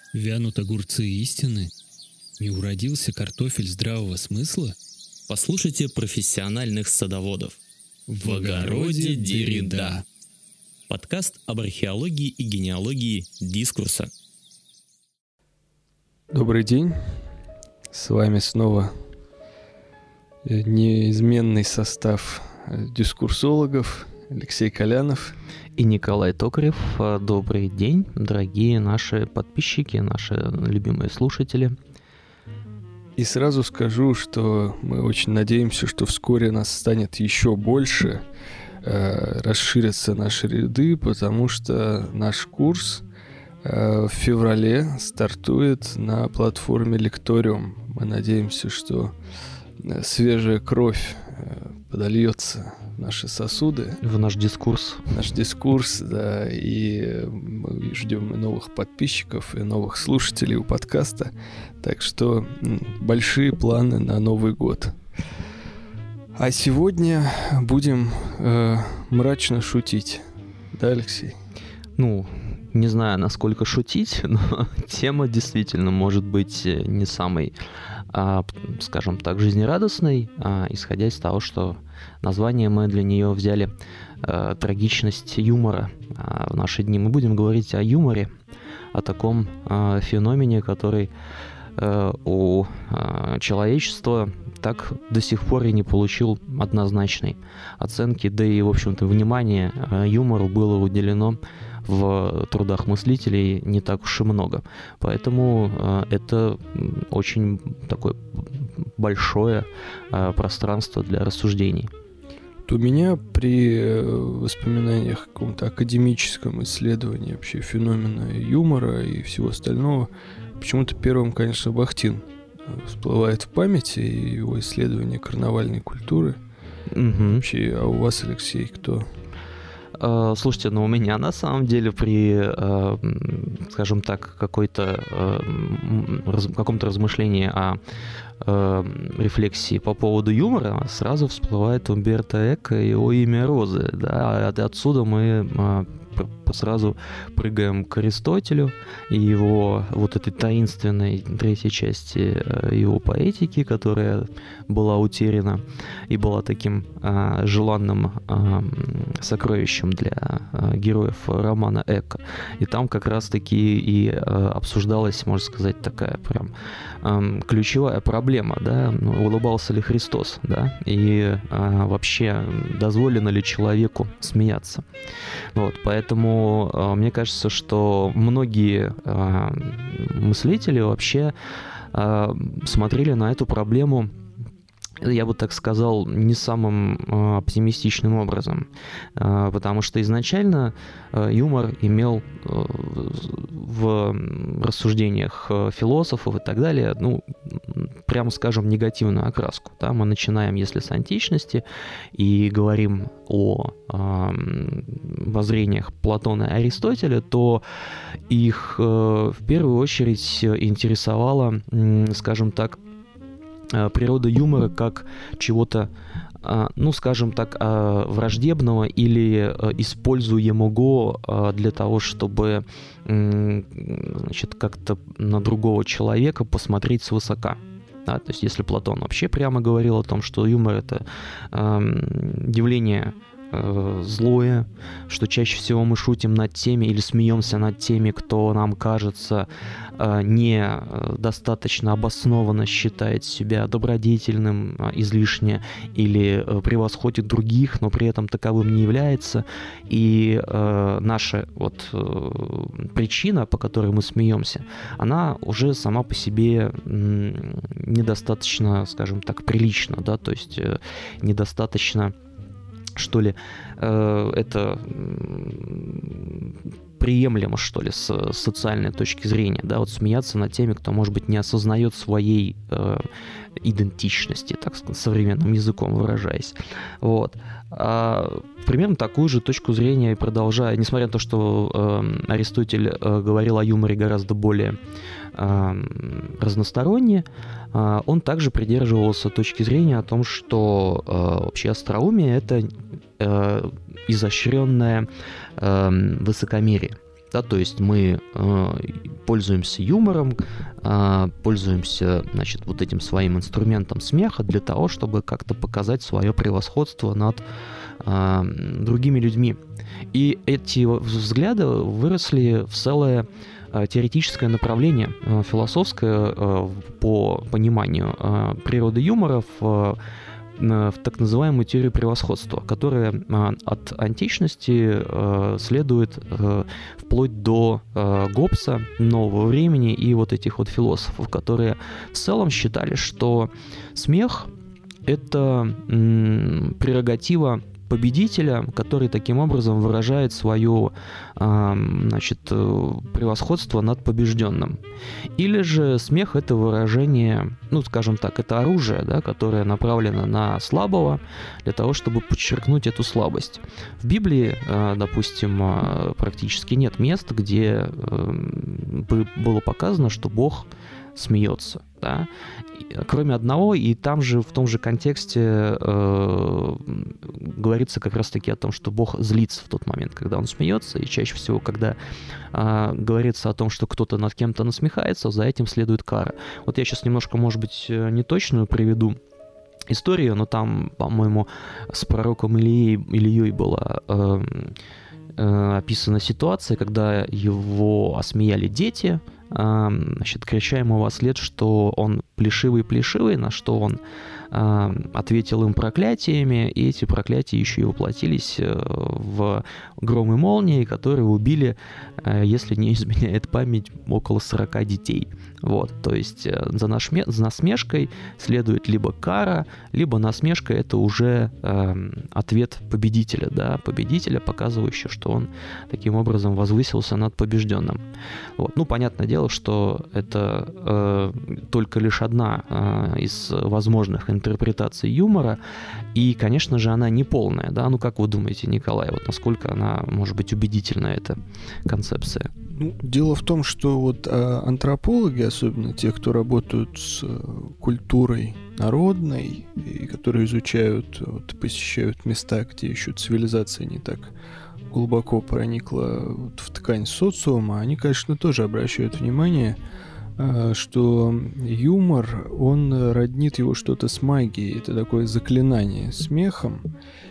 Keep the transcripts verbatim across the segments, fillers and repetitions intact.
Вянут огурцы истины? Не уродился картофель здравого смысла? Послушайте профессиональных садоводов. В огороде Деррида. Подкаст об археологии и генеалогии дискурса. Добрый день. С вами снова неизменный состав дискурсологов Алексей Колянов и Николай Токарев. Добрый день, дорогие наши подписчики, наши любимые слушатели. И сразу скажу, что мы очень надеемся, что вскоре нас станет еще больше, э, расширятся наши ряды, потому что наш курс э, в феврале стартует на платформе Лекториум. Мы надеемся, что свежая кровь э, подольется в наши сосуды. В наш дискурс. В наш дискурс, да, и мы ждем и новых подписчиков, и новых слушателей у подкаста. Так что большие планы на Новый год. А сегодня будем э, мрачно шутить. Да, Алексей? Ну, не знаю, насколько шутить, но тема действительно может быть не самой, а, скажем так, жизнерадостной, а, исходя из того, что название мы для нее взяли а, «Трагичность юмора». А в наши дни мы будем говорить о юморе, о таком а, феномене, который а, у а, человечества так до сих пор и не получил однозначной оценки, да и, в общем-то, внимание а, юмору было уделено в трудах мыслителей не так уж и много. Поэтому э, это очень такое большое э, пространство для рассуждений. У меня при воспоминаниях о каком-то академическом исследовании вообще феномена юмора и всего остального почему-то первым, конечно, Бахтин всплывает в памяти, и его исследование карнавальной культуры. Угу. Вообще, а у вас, Алексей, кто? Слушайте, ну у меня на самом деле при, скажем так, какой-то, каком-то размышлении о рефлексии по поводу юмора сразу всплывает Умберто Эко и «О имя Розы». Да? Отсюда мы сразу прыгаем к Аристотелю и его вот этой таинственной третьей части его поэтики, которая была утеряна и была таким а, желанным а, сокровищем для а, героев романа Эко. И там как раз-таки и а, обсуждалась, можно сказать, такая прям а, ключевая проблема, да, улыбался ли Христос, да, и а, вообще дозволено ли человеку смеяться. Вот, поэтому мне кажется, что многие э, мыслители вообще э, смотрели на эту проблему, я бы так сказал, не самым э, оптимистичным образом, э, потому что изначально э, юмор имел э, в рассуждениях э, философов и так далее, ну, прямо скажем, негативную окраску. Да? Мы начинаем, если с античности, и говорим о э, воззрениях Платона и Аристотеля, то их э, в первую очередь интересовала, э, скажем так, природа юмора как чего-то, ну, скажем так, враждебного или используемого для того, чтобы, значит, как-то на другого человека посмотреть свысока. Да, то есть если Платон вообще прямо говорил о том, что юмор — это явление злое, что чаще всего мы шутим над теми или смеемся над теми, кто нам кажется недостаточно обоснованно считает себя добродетельным излишне или превосходит других, но при этом таковым не является. И э, наша вот э, причина, по которой мы смеемся, она уже сама по себе м, недостаточно, скажем так, прилична, да, то есть э, недостаточно, что ли, э, это приемлемо, что ли, с социальной точки зрения, да, вот смеяться над теми, кто, может быть, не осознает своей э, идентичности, так сказать, современным языком выражаясь. Вот. А, примерно такую же точку зрения, продолжая, несмотря на то, что э, Аристотель э, говорил о юморе гораздо более э, разносторонне, э, он также придерживался точки зрения о том, что э, вообще остроумие — это э, изощренное э, высокомерие. Да, то есть мы э, пользуемся юмором, э, пользуемся, значит, вот этим своим инструментом смеха для того, чтобы как-то показать свое превосходство над э, другими людьми. И эти взгляды выросли в целое э, теоретическое направление, э, философское э, по пониманию э, природы юмора в в так называемую теорию превосходства, которая от античности следует вплоть до Гоббса, нового времени и вот этих вот философов, которые в целом считали, что смех — это прерогатива победителя, который таким образом выражает свое, значит, превосходство над побежденным. Или же смех — это выражение, ну, скажем так, это оружие, да, которое направлено на слабого для того, чтобы подчеркнуть эту слабость. В Библии, допустим, практически нет мест, где было показано, что Бог смеется, да? Кроме одного, и там же, в том же контексте э, говорится как раз-таки о том, что Бог злится в тот момент, когда он смеется, и чаще всего, когда э, говорится о том, что кто-то над кем-то насмехается, за этим следует кара. Вот я сейчас немножко, может быть, неточную приведу историю, но там, по-моему, с пророком Ильей, Ильей была э, э, описана ситуация, когда его осмеяли дети, значит, крича ему во след, что он плешивый-плешивый, на что он э, ответил им проклятиями, и эти проклятия еще и воплотились в гром и молнии, которые убили, э, если не изменяет память, около сорока детей. Вот, то есть за, нашме... за насмешкой следует либо кара, либо насмешка — это уже э, ответ победителя, да, победителя, показывающий, что он таким образом возвысился над побежденным. Вот. Ну, понятное дело, что это э, только лишь одна э, из возможных интерпретаций юмора, и, конечно же, она не полная, да, ну, как вы думаете, Николай, вот насколько она может быть убедительна, эта концепция? Ну, дело в том, что вот а, антропологи, особенно те, кто работают с культурой народной, и которые изучают, вот, посещают места, где еще цивилизация не так глубоко проникла вот в ткань социума, они, конечно, тоже обращают внимание, а, что юмор, он роднит его что-то с магией, это такое заклинание смехом.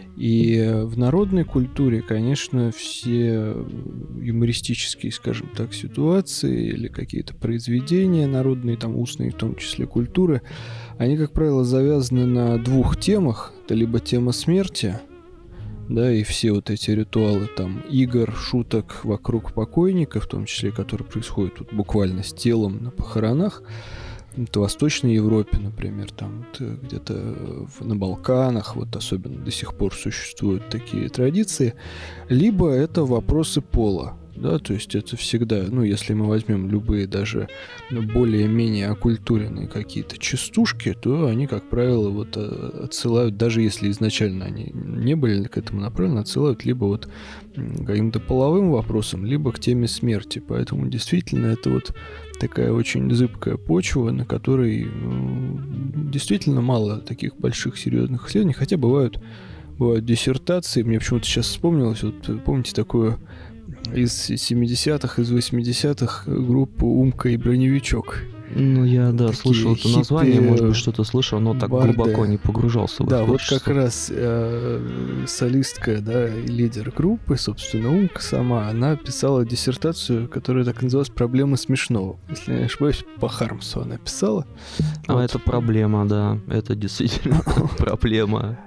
И в народной культуре, конечно, все юмористические, скажем так, ситуации или какие-то произведения народные, там устные в том числе культуры, они, как правило, завязаны на двух темах. Это либо тема смерти, да, и все вот эти ритуалы там игр, шуток вокруг покойника, в том числе, которые происходят вот, буквально с телом на похоронах. В Восточной Европе, например, там вот где-то на Балканах, вот особенно до сих пор существуют такие традиции, либо это вопросы пола, да, то есть это всегда, ну, если мы возьмем любые даже более-менее оккультуренные какие-то частушки, то они, как правило, вот отсылают, даже если изначально они не были к этому направлены, отсылают либо вот к каким-то половым вопросам, либо к теме смерти, поэтому действительно это вот такая очень зыбкая почва, на которой ну, действительно мало таких больших серьезных исследований, хотя бывают, бывают диссертации. Мне почему-то сейчас вспомнилось, вот помните такую из семидесятых, из восьмидесятых группу «Умка и броневичок». Ну, я, да, такие слышал это название, может быть, что-то слышал, но так барды. глубоко не погружался в Да, их вот творчество. как раз э, солистка, да, и лидер группы, собственно, Умка сама, она писала диссертацию, которая так называлась «Проблемы смешного». Если я не ошибаюсь, по Хармсу она писала. А Вот. это проблема, да, это действительно проблема.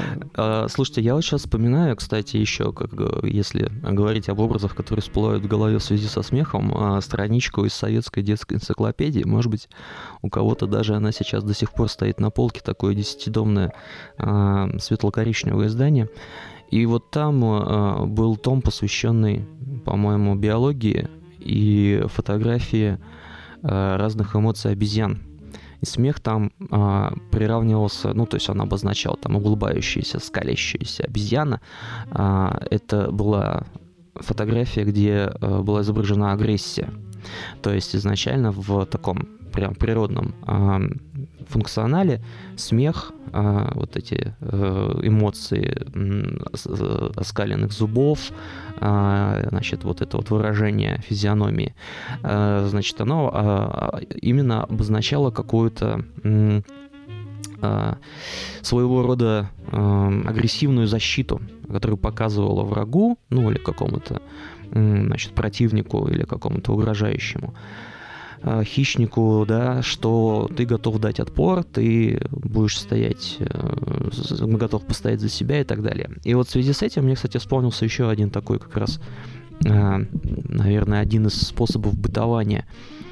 А, слушайте, я вот сейчас вспоминаю, кстати, еще, как, если говорить об образах, которые всплывают в голове в связи со смехом, а, страничку из советской детской энциклопедии, может быть, у кого-то даже она сейчас до сих пор стоит на полке, такое десятидомное а, светло-коричневое издание. И вот там а, был том, посвященный, по-моему, биологии и фотографии а, разных эмоций обезьян. И смех там а, приравнивался, ну, то есть он обозначал там улыбающаяся, скалящаяся обезьяна. А, это была фотография, где а, была изображена агрессия. То есть изначально в таком прям природном э, функционале смех, э, вот эти э, эмоции э, оскаленных зубов, э, значит, вот это вот выражение физиономии, э, значит, оно э, именно обозначало какую-то э, э, своего рода э, агрессивную защиту, которую показывала врагу, ну или какому-то э, значит, противнику или какому-то угрожающему хищнику, да, что ты готов дать отпор, ты будешь стоять, готов постоять за себя и так далее. И вот в связи с этим мне, кстати, вспомнился еще один такой как раз, наверное, один из способов бытования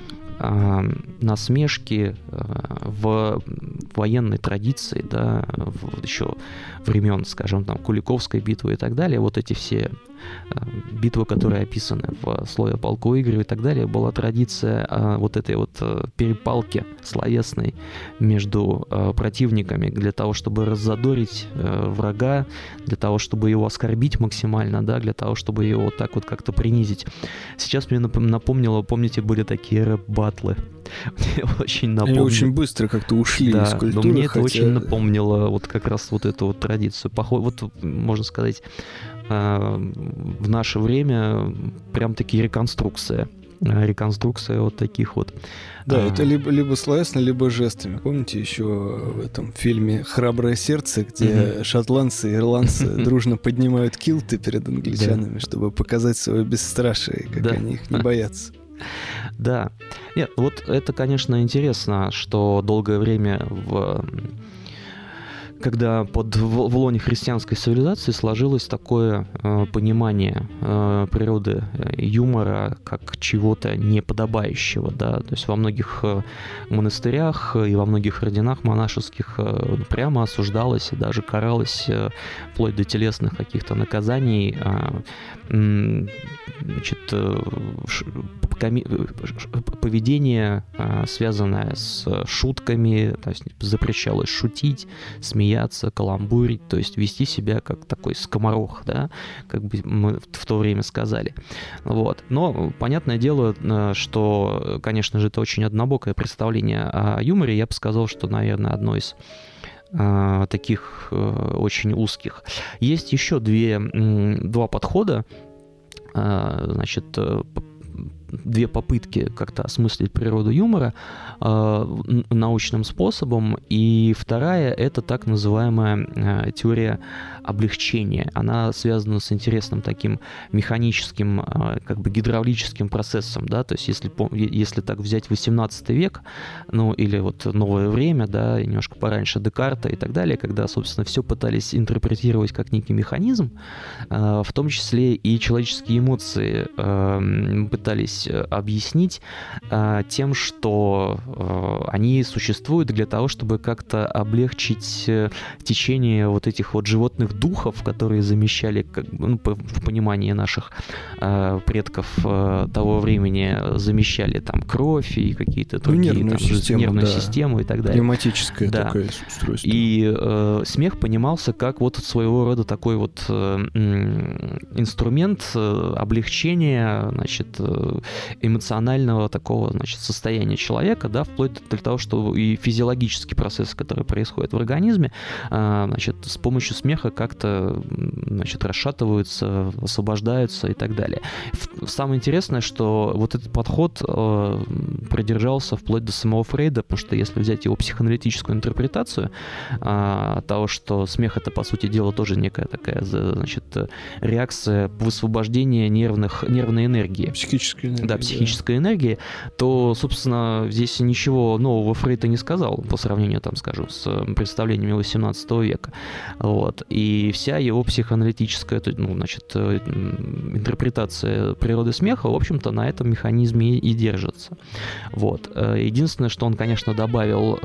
насмешки в военной традиции, да, в еще времен, скажем, там, Куликовской битвы и так далее, вот эти все битвы, которые описаны в «Слое о полку Игорю» и так далее, была традиция вот этой вот перепалки словесной между противниками для того, чтобы раззадорить врага, для того, чтобы его оскорбить максимально, да, для того, чтобы его вот так вот как-то принизить. Сейчас мне напомнило, помните, были такие рэп-баттлы. Мне очень напомнило. Они очень быстро как-то ушли да, из культуры. Но мне хотя... это очень напомнило вот как раз вот эту вот традицию. Поход... Вот, можно сказать, в наше время прям такие реконструкции. Реконструкция вот таких вот. Да, а... это либо, либо словесно, либо жестами. Помните еще в этом фильме «Храброе сердце», где mm-hmm. шотландцы и ирландцы дружно поднимают килты перед англичанами, чтобы показать свое бесстрашие, как они их не боятся. Да. Нет, вот это, конечно, интересно, что долгое время в... когда под в лоне христианской цивилизации сложилось такое э, понимание э, природы юмора как чего-то неподобающего, да, то есть во многих э, монастырях и во многих орденах монашеских э, прямо осуждалось и даже каралось э, вплоть до телесных каких-то наказаний, э, э, значит, э, ш, коми, поведение, э, связанное с шутками, то есть запрещалось шутить, смеяться, каламбурить, то есть вести себя как такой скоморох, да, как бы мы в то время сказали. Вот. Но понятное дело, что, конечно же, это очень однобокое представление о юморе. Я бы сказал, что, наверное, одно из э, таких э, очень узких. Есть еще две, два подхода, э, значит, две попытки как-то осмыслить природу юмора э, научным способом, и вторая — это так называемая э, теория облегчения. Она связана с интересным таким механическим, э, как бы гидравлическим процессом, да, то есть если, если так взять восемнадцатый век, ну или вот новое время, да, немножко пораньше Декарта и так далее, когда, собственно, все пытались интерпретировать как некий механизм, э, в том числе и человеческие эмоции э, пытались объяснить э, тем, что э, они существуют для того, чтобы как-то облегчить э, течение вот этих вот животных духов, которые замещали, как, ну, в понимании наших э, предков э, того времени, замещали там кровь и какие-то другие, ну, нервную, там, систему, нервную да. систему и так далее. Пневматическое да. такое устройство. И э, смех понимался как вот своего рода такой вот э, инструмент э, облегчения, значит, э, эмоционального такого, значит, состояния человека, да, вплоть до того, что и физиологические процессы, которые происходят в организме, э, значит, с помощью смеха как-то, значит, расшатываются, освобождаются и так далее. Самое интересное, что вот этот подход э, продержался вплоть до самого Фрейда, потому что если взять его психоаналитическую интерпретацию э, того, что смех — это, по сути дела, тоже некая такая, значит, реакция высвобождения нервных, нервной энергии. Психической энергии. Да, психической да. энергии, то, собственно, здесь ничего нового Фрейд и не сказал по сравнению, там, скажем, с представлениями восемнадцатого века. Вот. И вся его психоаналитическая, ну, значит, интерпретация природы смеха, в общем-то, на этом механизме и держится. Вот. Единственное, что он, конечно, добавил,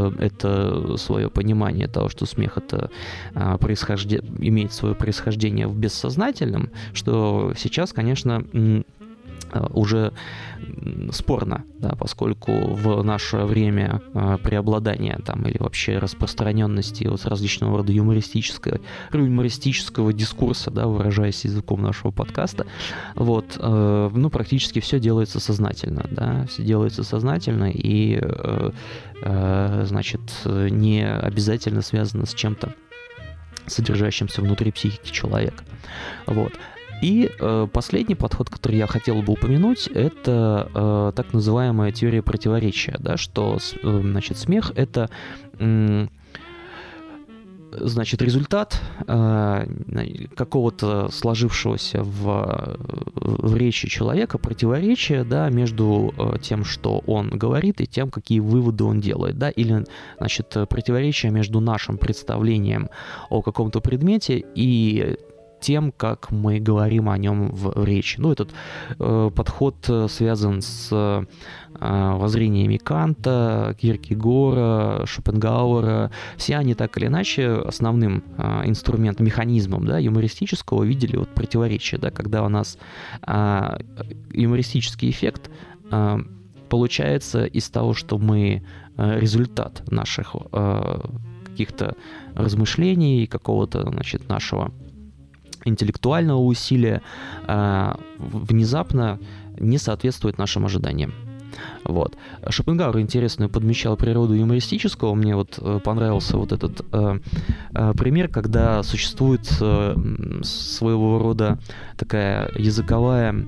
это свое понимание того, что смех — это происхожде... имеет свое происхождение в бессознательном, что сейчас, конечно, уже спорно, да, поскольку в наше время преобладания там, или вообще распространенности вот различного рода юмористического, юмористического дискурса, да, выражаясь языком нашего подкаста, вот, ну, практически все делается сознательно, да, все делается сознательно и, значит, не обязательно связано с чем-то, содержащимся внутри психики человека. Вот. И э, последний подход, который я хотел бы упомянуть, это э, так называемая теория противоречия, да, что э, значит, смех — это э, значит, результат э, какого-то сложившегося в, в речи человека противоречия, да, между э, тем, что он говорит, и тем, какие выводы он делает, да, или, значит, противоречие между нашим представлением о каком-то предмете и тем, как мы говорим о нем в речи. Ну, этот э, подход связан с э, воззрениями Канта, Киркегора, Шопенгауэра. Все они так или иначе основным э, инструментом, механизмом, да, юмористического видели вот противоречие, да, когда у нас э, юмористический эффект э, получается из того, что мы э, результат наших э, каких-то размышлений, какого-то, значит, нашего интеллектуального усилия э, внезапно не соответствует нашим ожиданиям. Вот. Шопенгауэр интересную подмечал природу юмористического. Мне вот э, понравился вот этот э, э, пример, когда существует э, своего рода такая языковая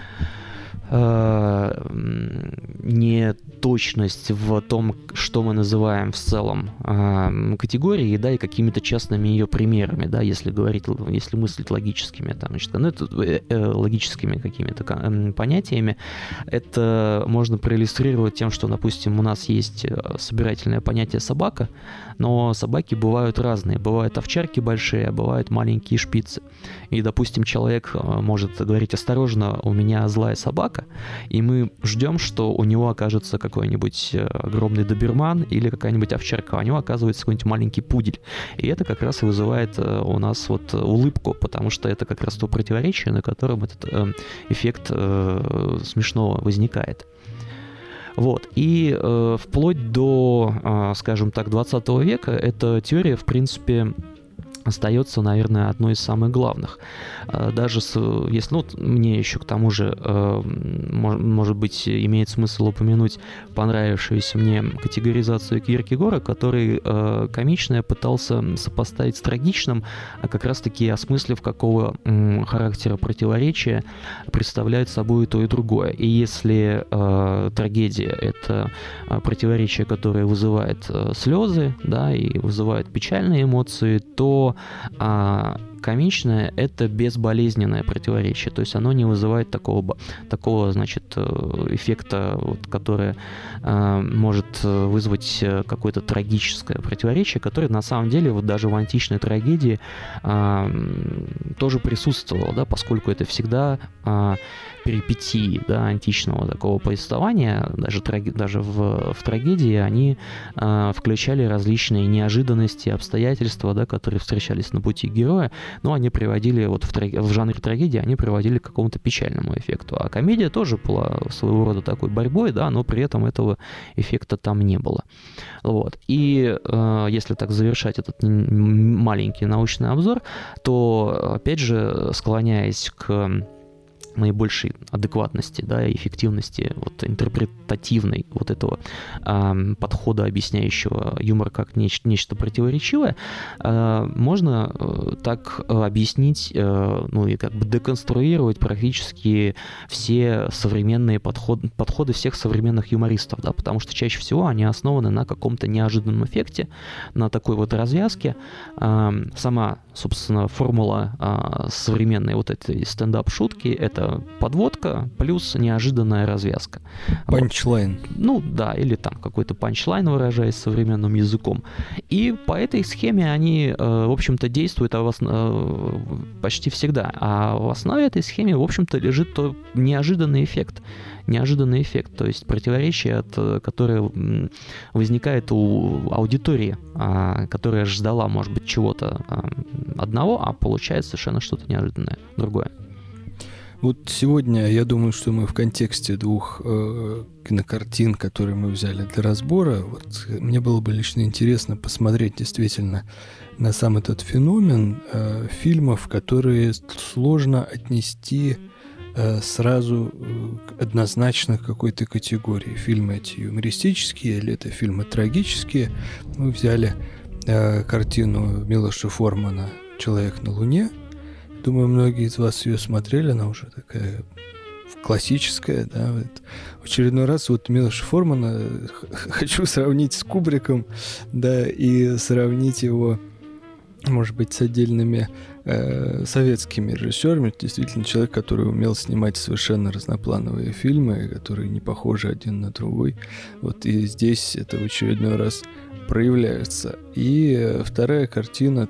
э, неточность в том, что мы называем в целом э, категорией, да, и какими-то частными ее примерами, да, если говорить, если мыслить логическими, там, значит, ну, это, э, э, логическими какими-то э, понятиями, это можно проиллюстрировать тем, что, допустим, у нас есть собирательное понятие собака, но собаки бывают разные, бывают овчарки большие, а бывают маленькие шпицы, и, допустим, человек может говорить: осторожно, у меня злая собака, и мы ждем, что у него окажется какой-нибудь огромный доберман или какая-нибудь овчарка, а у него оказывается какой-нибудь маленький пудель. И это как раз и вызывает у нас вот улыбку, потому что это как раз то противоречие, на котором этот э, эффект э, смешного возникает. Вот. И э, вплоть до, э, скажем так, двадцатого века эта теория, в принципе, остается, наверное, одной из самых главных. Даже с, если, ну, мне еще к тому же, может быть, имеет смысл упомянуть понравившуюся мне категоризацию Киркегора, который комичное пытался сопоставить с трагичным, а как раз-таки осмыслив, какого характера противоречия представляет собой и то, и другое. И если трагедия — это противоречие, которое вызывает слезы, да, и вызывает печальные эмоции, то а, комичное — это безболезненное противоречие, то есть оно не вызывает такого, такого, значит, эффекта, вот, которое а, может вызвать какое-то трагическое противоречие, которое на самом деле вот даже в античной трагедии а, тоже присутствовало, да, поскольку это всегда а, перипетии, да, античного такого повествования, даже, траги, даже в, в трагедии они а, включали различные неожиданности, обстоятельства, да, которые встречались на пути героя, но они приводили, вот в, траг... в жанре трагедии, они приводили к какому-то печальному эффекту. А комедия тоже была своего рода такой борьбой, да, но при этом этого эффекта там не было. Вот. И э, если так завершать этот маленький научный обзор, то, опять же, склоняясь к наибольшей адекватности, да, и эффективности вот, интерпретативной вот этого э, подхода, объясняющего юмор как неч- нечто противоречивое, э, можно э, так объяснить, э, ну и как бы деконструировать практически все современные подходы, подходы всех современных юмористов, да, потому что чаще всего они основаны на каком-то неожиданном эффекте, на такой вот развязке. Э, сама, собственно, формула э, современной вот этой стендап-шутки — это подводка плюс неожиданная развязка. Панчлайн. Вот. Ну да, или там какой-то панчлайн, выражаясь современным языком. И по этой схеме они, в общем-то, действуют почти всегда. А в основе этой схемы, в общем-то, лежит то неожиданный эффект. Неожиданный эффект, то есть противоречие, от, которое возникает у аудитории, которая ждала, может быть, чего-то одного, а получает совершенно что-то неожиданное, другое. Вот сегодня я думаю, что мы в контексте двух э, кинокартин, которые мы взяли для разбора, вот, мне было бы лично интересно посмотреть действительно на сам этот феномен э, фильмов, которые сложно отнести э, сразу э, однозначно к какой-то категории. Фильмы эти юмористические или это фильмы трагические. Мы взяли э, картину Милоша Формана «Человек на Луне». Думаю, многие из вас ее смотрели, она уже такая классическая, да. Вот. В очередной раз вот Милоша Формана хочу сравнить с Кубриком, да, и сравнить его, может быть, с отдельными э, советскими режиссерами. Это действительно человек, который умел снимать совершенно разноплановые фильмы, которые не похожи один на другой. Вот и здесь это в очередной раз проявляется. И э, вторая картина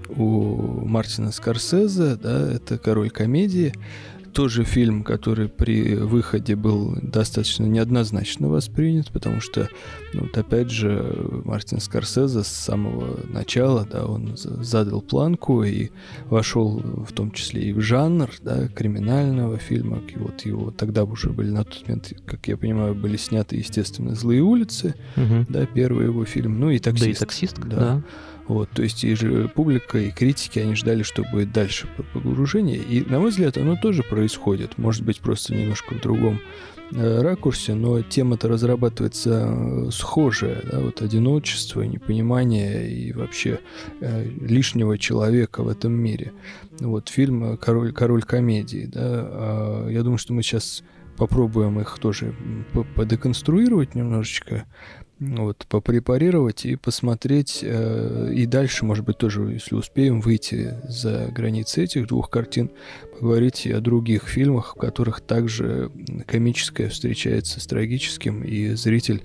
у Мартина Скорсезе, да, это «Король комедии». Тоже фильм, который при выходе был достаточно неоднозначно воспринят, потому что, ну, вот опять же, Мартин Скорсезе с самого начала, да, он задал планку и вошел в том числе и в жанр, да, криминального фильма. И вот его тогда уже были, на тот момент, как я понимаю, были сняты, естественно, «Злые улицы», угу. да, первый его фильм, ну и «Таксист». Да и «Таксист», да. да. Вот, то есть и же публика, и критики, они ждали, что будет дальше погружение. И, на мой взгляд, оно тоже происходит. Может быть, просто немножко в другом э, ракурсе, но тема-то разрабатывается э, схожая. Да, вот одиночество, непонимание и вообще э, лишнего человека в этом мире. Вот фильм «Король, король комедии». Да, э, я думаю, что мы сейчас попробуем их тоже подеконструировать немножечко. Вот, попрепарировать и посмотреть, э, и дальше, может быть, тоже, если успеем, выйти за границы этих двух картин, поговорить и о других фильмах, в которых также комическое встречается с трагическим, и зритель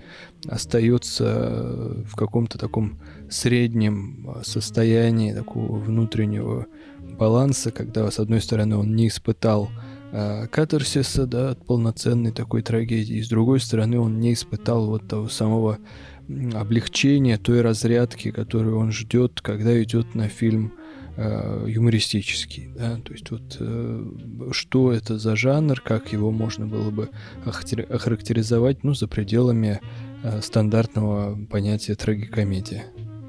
остается в каком-то таком среднем состоянии такого внутреннего баланса, когда, с одной стороны, он не испытал катарсиса, да, от полноценной такой трагедии, и с другой стороны он не испытал вот того самого облегчения, той разрядки, которую он ждет, когда идет на фильм э, юмористический, да, то есть вот э, что это за жанр, как его можно было бы охарактеризовать, ну, за пределами э, стандартного понятия трагикомедия.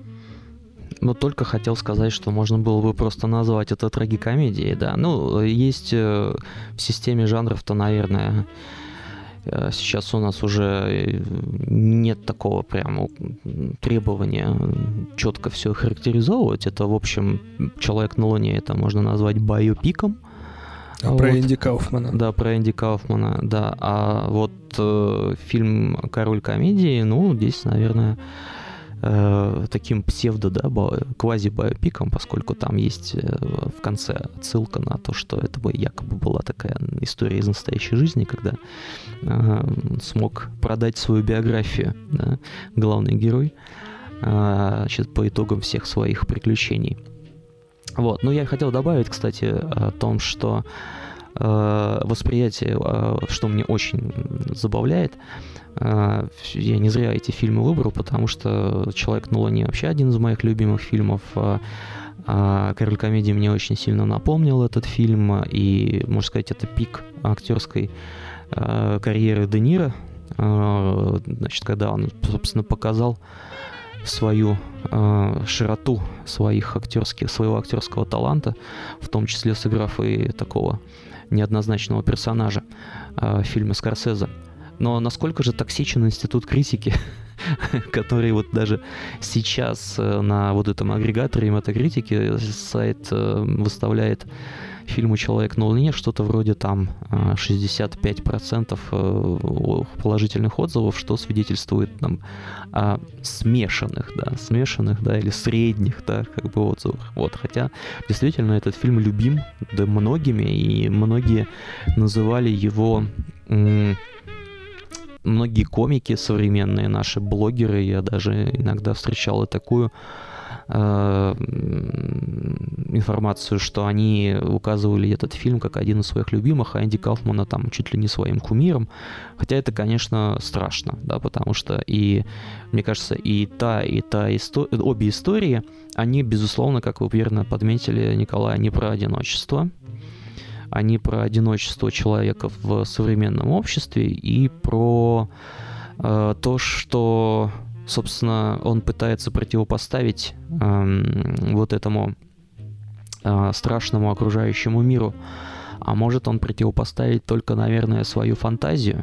Но только хотел сказать, что можно было бы просто назвать это трагикомедией, да. Ну, есть в системе жанров-то, наверное, сейчас у нас уже нет такого прямо требования четко все характеризовывать. Это, в общем, «Человек на Луне» это можно назвать байопиком. А вот. Про Энди Кауфмана. Да, про Энди Кауфмана, да. А вот э, фильм «Король комедии», ну, здесь, наверное, таким псевдо, да, квази-биопиком, поскольку там есть в конце отсылка на то, что это бы якобы была такая история из настоящей жизни, когда э, смог продать свою биографию, да, главный герой, э, значит, по итогам всех своих приключений. Вот. Ну, я хотел добавить, кстати, о том, что э, восприятие, э, что мне очень забавляет, я не зря эти фильмы выбрал, потому что «Человек на Луне» вообще один из моих любимых фильмов. «Король комедии» мне очень сильно напомнил этот фильм, и, можно сказать, это пик актерской карьеры Де Ниро. Значит, когда он, собственно, показал свою широту своих актерских, своего актерского таланта, в том числе сыграв и такого неоднозначного персонажа в фильме Скорсезе. Но насколько же токсичен институт критики, который вот даже сейчас на вот этом агрегаторе метакритики сайт выставляет фильму «Человек на Луне» что-то вроде там шестьдесят пять процентов положительных отзывов, что свидетельствует нам о смешанных, да, смешанных, да, или средних, да, как бы отзывах. Вот, хотя действительно этот фильм любим, да, многими, и многие называли его... М- Многие комики современные, наши блогеры, я даже иногда встречал и такую э, информацию, что они указывали этот фильм как один из своих любимых, а Энди Кауфмана там чуть ли не своим кумиром. Хотя это, конечно, страшно, да, потому что и, мне кажется, и та, и та исто- обе истории, они, безусловно, как вы верно подметили, Николай, не про одиночество. Они про одиночество человека в современном обществе и про э, то, что, собственно, он пытается противопоставить э, вот этому э, страшному окружающему миру. А может он противопоставить только, наверное, свою фантазию.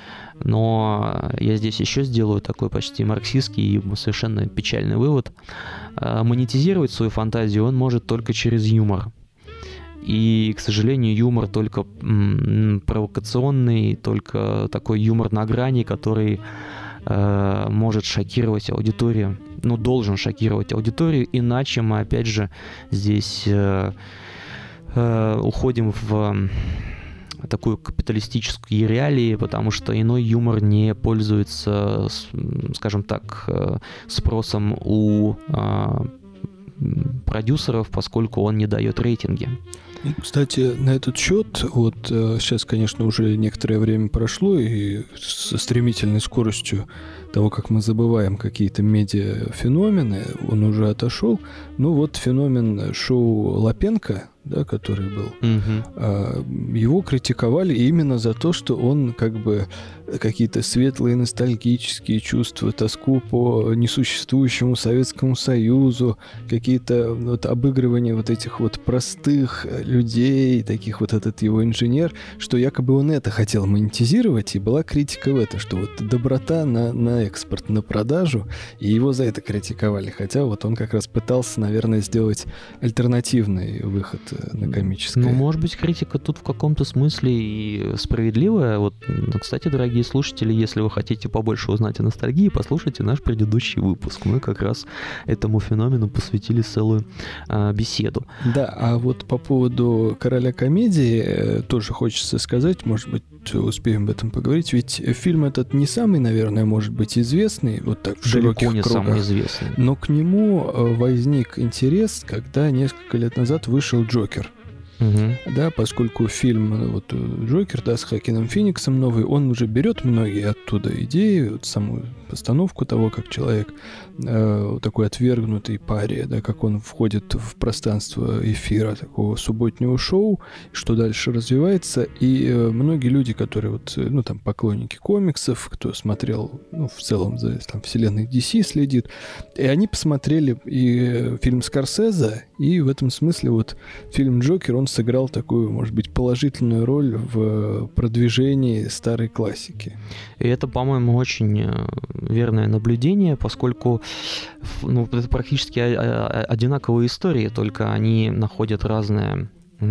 Но я здесь еще сделаю такой почти марксистский и совершенно печальный вывод. Э, монетизировать свою фантазию он может только через юмор. И, к сожалению, юмор только м, провокационный, только такой юмор на грани, который э, может шокировать аудиторию, ну, должен шокировать аудиторию, иначе мы, опять же, здесь э, э, уходим в такую капиталистическую реалии, потому что иной юмор не пользуется, скажем так, спросом у э, продюсеров, поскольку он не дает рейтинги. Кстати, на этот счет, вот сейчас, конечно, уже некоторое время прошло, и со стремительной скоростью того, как мы забываем какие-то медиафеномены, он уже отошел. Ну вот феномен шоу Лапенко, да, который был, угу. его критиковали именно за то, что он как бы какие-то светлые ностальгические чувства, тоску по несуществующему Советскому Союзу, какие-то вот обыгрывания вот этих вот простых людей, таких вот этот его инженер, что якобы он это хотел монетизировать, и была критика в это, что вот доброта на, на экспорт, на продажу, и его за это критиковали, хотя вот он как раз пытался, наверное, сделать альтернативный выход на комическое. Ну, может быть, критика тут в каком-то смысле и справедливая. Вот, кстати, дорогие слушатели, если вы хотите побольше узнать о ностальгии, послушайте наш предыдущий выпуск. Мы как раз этому феномену посвятили целую а, беседу. Да, а вот по поводу «Короля комедии» тоже хочется сказать, может быть, успеем об этом поговорить, ведь фильм этот не самый, наверное, может быть, известный, вот так в широких не кругах, самый известный. Но к нему возник интерес, когда несколько лет назад вышел «Джокер». Угу. Да, поскольку фильм вот, «Джокер», да, с Хоакином Фениксом новый, он уже берет многие оттуда идеи, вот саму постановку того, как человек э, такой отвергнутый пария, да, как он входит в пространство эфира такого субботнего шоу, что дальше развивается, и э, многие люди, которые вот, ну, там, поклонники комиксов, кто смотрел, ну, в целом за там, вселенной ди си следит, и они посмотрели и фильм Скорсезе, и в этом смысле вот фильм «Джокер», он сыграл такую, может быть, положительную роль в продвижении старой классики. И это, по-моему, очень верное наблюдение, поскольку, ну, это практически одинаковые истории, только они находят разные,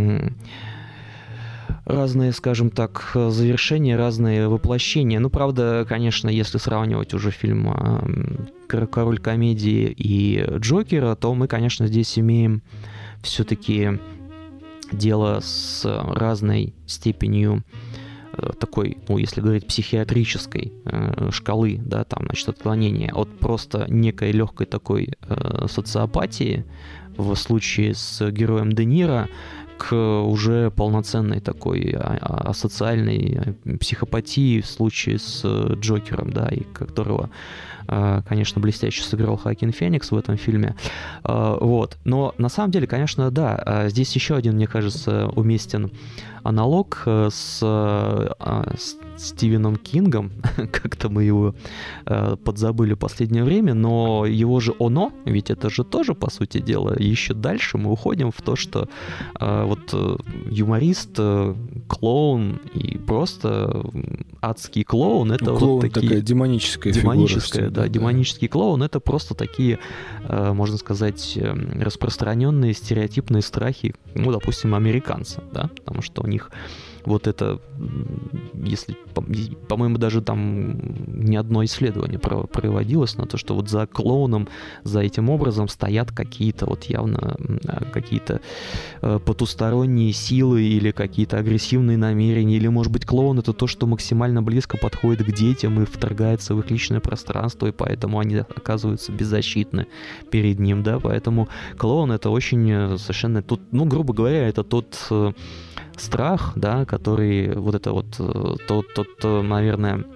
разные, скажем так, завершения, разные воплощения. Ну, правда, конечно, если сравнивать уже фильм «Король комедии» и «Джокера», то мы, конечно, здесь имеем все-таки дело с разной степенью такой, ну, если говорить, психиатрической э, шкалы, да, там, значит, отклонения от просто некой легкой такой э, социопатии в случае с героем Де Ниро к уже полноценной такой асоциальной психопатии в случае с Джокером, да, и которого, конечно, блестяще сыграл Хоакин Феникс в этом фильме. Вот. Но на самом деле, конечно, да, здесь еще один, мне кажется, уместен аналог с, с Стивеном Кингом, как-то мы его э, подзабыли в последнее время, но его же «Оно», ведь это же тоже, по сути дела, еще дальше мы уходим в то, что э, вот э, юморист, э, клоун и просто адский клоун, это ну, клоун вот такие... такая демоническая демоническая, фигура. Да, да, демонический клоун, это просто такие, э, можно сказать, распространенные стереотипные страхи, ну, допустим, американцев, да, потому что у них вот это, если, по-моему, даже там ни одно исследование проводилось на то, что вот за клоуном, за этим образом стоят какие-то вот явно какие-то потусторонние силы или какие-то агрессивные намерения, или, может быть, клоун — это то, что максимально близко подходит к детям и вторгается в их личное пространство, и поэтому они оказываются беззащитны перед ним, да, поэтому клоун — это очень совершенно, тут, ну, грубо говоря, это тот страх, да, который вот это вот тот, тот, наверное,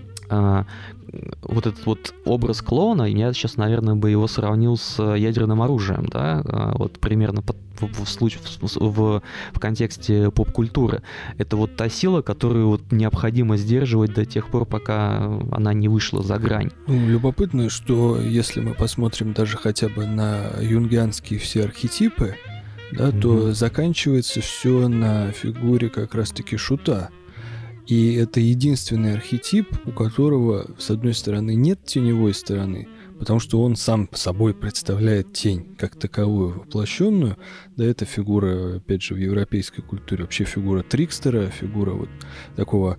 вот этот вот образ клоуна, я сейчас, наверное, бы его сравнил с ядерным оружием, да, вот примерно под, в, в, случае, в, в, в контексте поп-культуры. Это вот та сила, которую вот необходимо сдерживать до тех пор, пока она не вышла за грань. Ну, любопытно, что если мы посмотрим даже хотя бы на юнгианские все архетипы, да, mm-hmm. то заканчивается все на фигуре как раз-таки шута. И это единственный архетип, у которого, с одной стороны, нет теневой стороны, потому что он сам собой представляет тень как таковую воплощенную. Да, это фигура, опять же, в европейской культуре, вообще фигура трикстера, фигура вот такого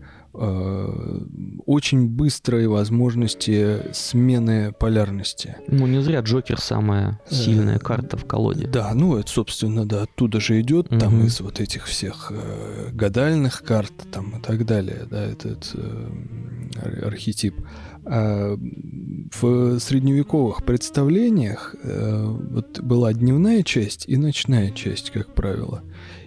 э, очень быстрой возможности смены полярности. Ну, не зря Джокер самая сильная э, карта в колоде. Да, ну, это, собственно, да, оттуда же идет, угу. там из вот этих всех э, гадальных карт там и так далее, да, этот э, архетип. А в средневековых представлениях э, вот была дневная часть и ночная часть, как правило.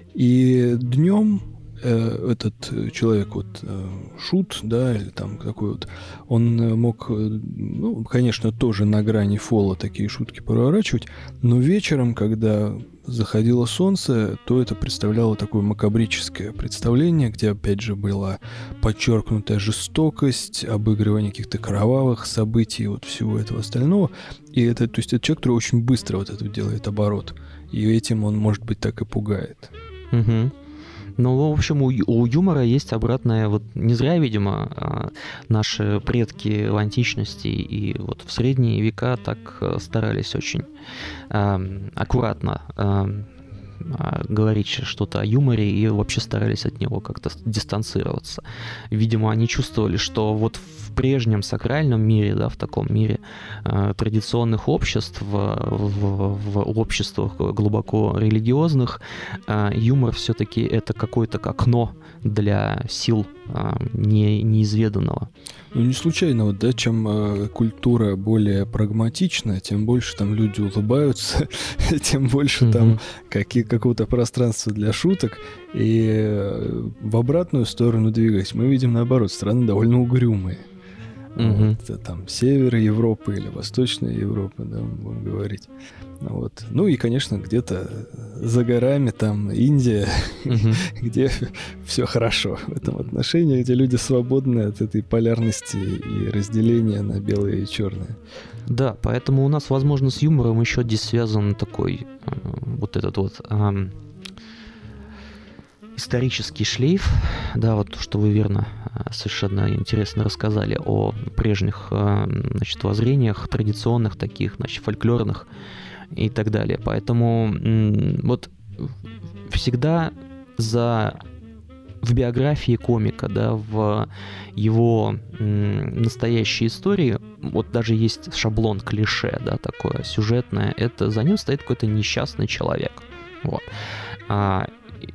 И днем э, этот человек, вот э, шут, да, или там такой вот, он мог, ну, конечно, тоже на грани фола такие шутки проворачивать, но вечером, когда заходило солнце, то это представляло такое макабрическое представление, где, опять же, была подчеркнутая жестокость, обыгрывание каких-то кровавых событий, вот всего этого остального. И это, то есть, это человек, который очень быстро вот это делает оборот. И этим он, может быть, так и пугает. Угу. Ну, в общем, у, у юмора есть обратная, вот не зря, видимо, наши предки в античности и вот в средние века так старались очень э, аккуратно э, говорить что-то о юморе и вообще старались от него как-то дистанцироваться. Видимо, они чувствовали, что вот в прежнем сакральном мире, да, в таком мире э, традиционных обществ, в, в, в обществах глубоко религиозных, э, юмор все-таки это какое-то окно для сил э, не, неизведанного. Ну, не случайно, вот, да, чем э, культура более прагматична, тем больше там люди улыбаются, тем больше mm-hmm. там какие, какого-то пространства для шуток. И э, в обратную сторону двигаясь, мы видим, наоборот, страны довольно угрюмые. Mm-hmm. Вот, там север Европы или Восточная Европа, да, будем говорить. Вот. Ну и, конечно, где-то за горами там Индия, mm-hmm. где все хорошо в этом отношении, где люди свободны от этой полярности и разделения на белое и черное. Да, поэтому у нас, возможно, с юмором еще здесь связан такой э, вот этот вот э, исторический шлейф, да, вот что вы верно совершенно интересно рассказали о прежних, значит, воззрениях, традиционных таких, значит, фольклорных и так далее. Поэтому вот всегда за в биографии комика, да, в его настоящей истории, вот даже есть шаблон, клише, да, такое сюжетное, это за ним стоит какой-то несчастный человек. Вот. А,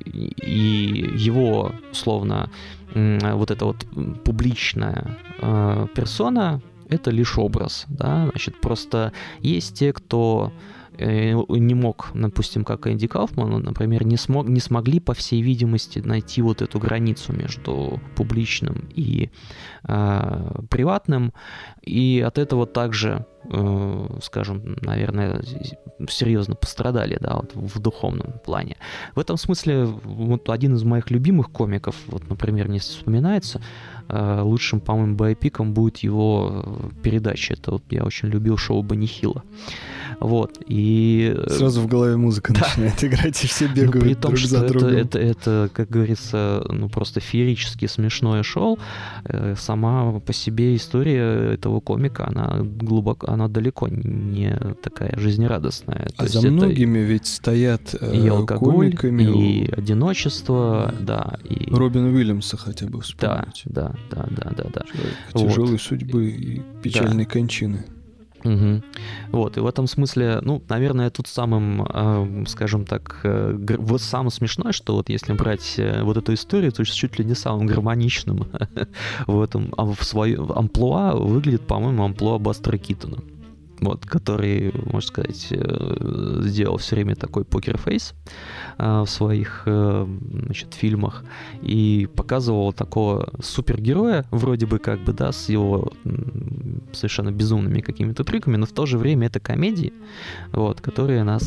и его, условно, вот эта вот публичная э, персона — это лишь образ, да, значит, просто есть те, кто э, не мог, допустим, как Энди Кауфман, например, не, смог, не смогли, по всей видимости, найти вот эту границу между публичным и э, приватным, и от этого также, э, скажем, наверное, серьезно пострадали, да, вот в духовном плане. В этом смысле вот один из моих любимых комиков, вот, например, мне вспоминается, э, лучшим, по-моему, байопиком будет его передача. Это вот я очень любил шоу Бенни Хилла. Вот, и... Сразу в голове музыка да. начинает играть, и все бегают, ну, при том, друг что за это, другом. Это, это, это, как говорится, ну, просто феерически смешное шоу. Сама по себе история этого комика, она глубоко, она далеко не такая жизнерадостная. А за многими ведь стоят и э, алкоголь, комиками... и одиночество, да. да и... Робина Уильямса хотя бы вспомнить. Да, да, да, да, да. Человек вот. тяжелой судьбы и печальной да. кончины. Угу. Вот, и в этом смысле, ну, наверное, тут самым, э, скажем так, э, гр... вот самое смешное, что вот если брать э, вот эту историю, то чуть ли не самым гармоничным в этом, а в своем амплуа выглядит, по-моему, амплуа Бастера Китона. Вот, который, можно сказать, сделал все время такой покерфейс в своих, значит, фильмах и показывал такого супергероя, вроде бы как бы, да, с его совершенно безумными какими-то трюками, но в то же время это комедии, вот, которые нас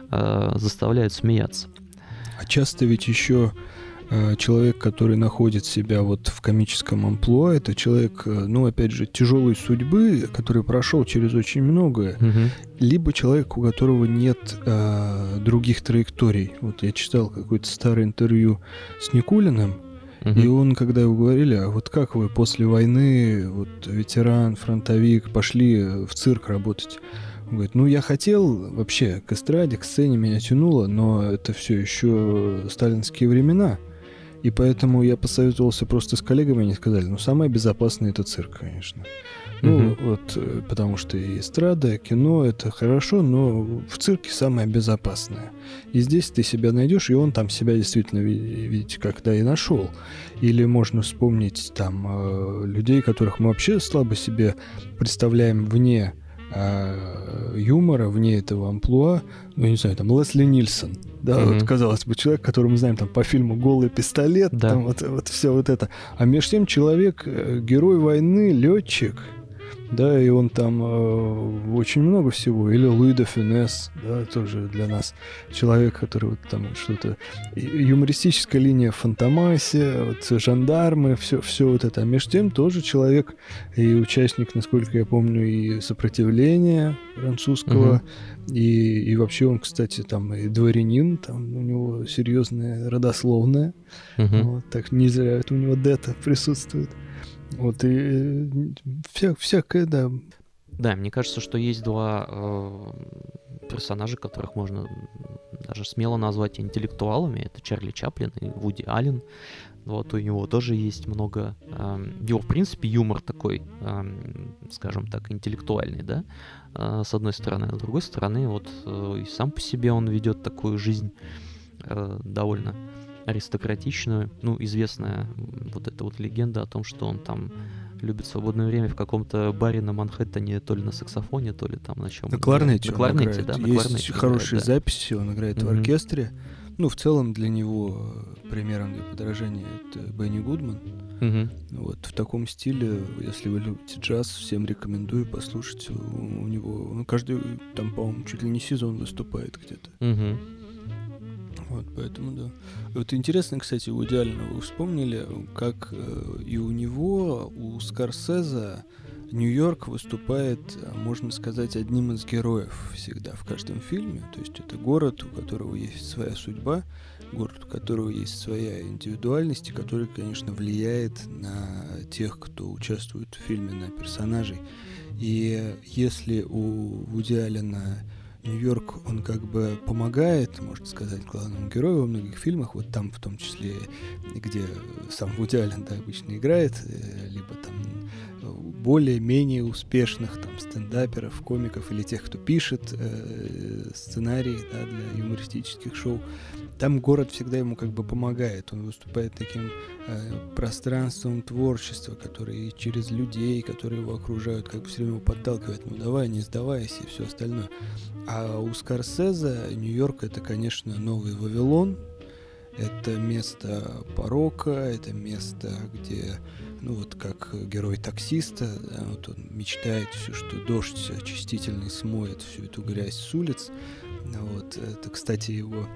э, заставляют смеяться. А часто ведь еще э, человек, который находит себя вот в комическом амплуа, это человек, э, ну, опять же, тяжелой судьбы, который прошел через очень многое, Мгм. либо человек, у которого нет э, других траекторий. Вот я читал какое-то старое интервью с Никулиным, Мгм. и он, когда его говорили, а вот как вы после войны, вот ветеран, фронтовик, пошли в цирк работать? Он говорит, ну я хотел вообще к эстраде, к сцене меня тянуло, но это все еще сталинские времена. И поэтому я посоветовался просто с коллегами, они сказали, ну самое безопасное это цирк, конечно. Ну Мгм. вот, э, потому что и эстрада, и кино это хорошо, но в цирке самое безопасное. И здесь ты себя найдешь, и он там себя действительно, ви- видите, когда и нашел. Или можно вспомнить там э, людей, которых мы вообще слабо себе представляем вне э, юмора, вне этого амплуа. Ну, я не знаю, там Лесли Нильсон. Да, Мгм. вот, казалось бы, человек, которого мы знаем там по фильму «Голый пистолет», Да. там вот, вот все вот это. А между тем человек, э, герой войны, летчик, да, и он там э, очень много всего. Или Луи де Фюнес, да, тоже для нас человек, который вот там что-то... и- Юмористическая линия в Фантомасе, вот жандармы, все, все вот это. А между тем тоже человек и участник, насколько я помню, и сопротивления французского, и, и вообще он, кстати, там и дворянин, там у него серьезное родословное. Мгм. Вот, так не зря это у него дета присутствует. Вот, и э, вся, всякое, да. Да, мне кажется, что есть два э, персонажа, которых можно даже смело назвать интеллектуалами. Это Чарли Чаплин и Вуди Аллен. Вот у него тоже есть много... эм, его, в принципе, юмор такой, эм, скажем так, интеллектуальный, да, э, с одной стороны. А с другой стороны, вот э, и сам по себе он ведет такую жизнь э, довольно аристократичную. Ну, известная м, вот эта вот легенда о том, что он там любит свободное время в каком-то баре на Манхэттене, то ли на саксофоне, то ли там на чем. На кларнете На он кларнете, играет. да, на Есть кларнете хорошие играет, да. записи, он играет в Мгм. оркестре. Ну, в целом для него э, примером для подражания это Бенни Гудман. Мгм. Вот в таком стиле, если вы любите джаз, всем рекомендую послушать. У, у него, ну, каждый, там, по-моему, чуть ли не сезон выступает где-то. Мгм. Вот, поэтому, да. Вот интересно, кстати, у Идеального вы вспомнили, как э, и у него, у Скорсезе Нью-Йорк выступает, э, можно сказать, одним из героев всегда в каждом фильме. То есть это город, у которого есть своя судьба, город, у которого есть своя индивидуальность, и который, конечно, влияет на тех, кто участвует в фильме, на персонажей. И если у Вуди Аллена Нью-Йорк, он как бы помогает, можно сказать, главному герою во многих фильмах, вот там в том числе, где сам Вуди Аллен, да, обычно играет, э, либо там более-менее успешных там стендаперов, комиков или тех, кто пишет э, сценарии, да, для юмористических шоу. Там город всегда ему как бы помогает. Он выступает таким э, пространством творчества, который через людей, которые его окружают, как бы все время его подталкивает. Ну давай, не сдавайся и все остальное. А у Скорсезе Нью-Йорк — это, конечно, новый Вавилон. Это место порока, это место, где, ну вот как герой таксиста, да, вот он мечтает все, что дождь очистительный смоет всю эту грязь с улиц. Вот, это, кстати, его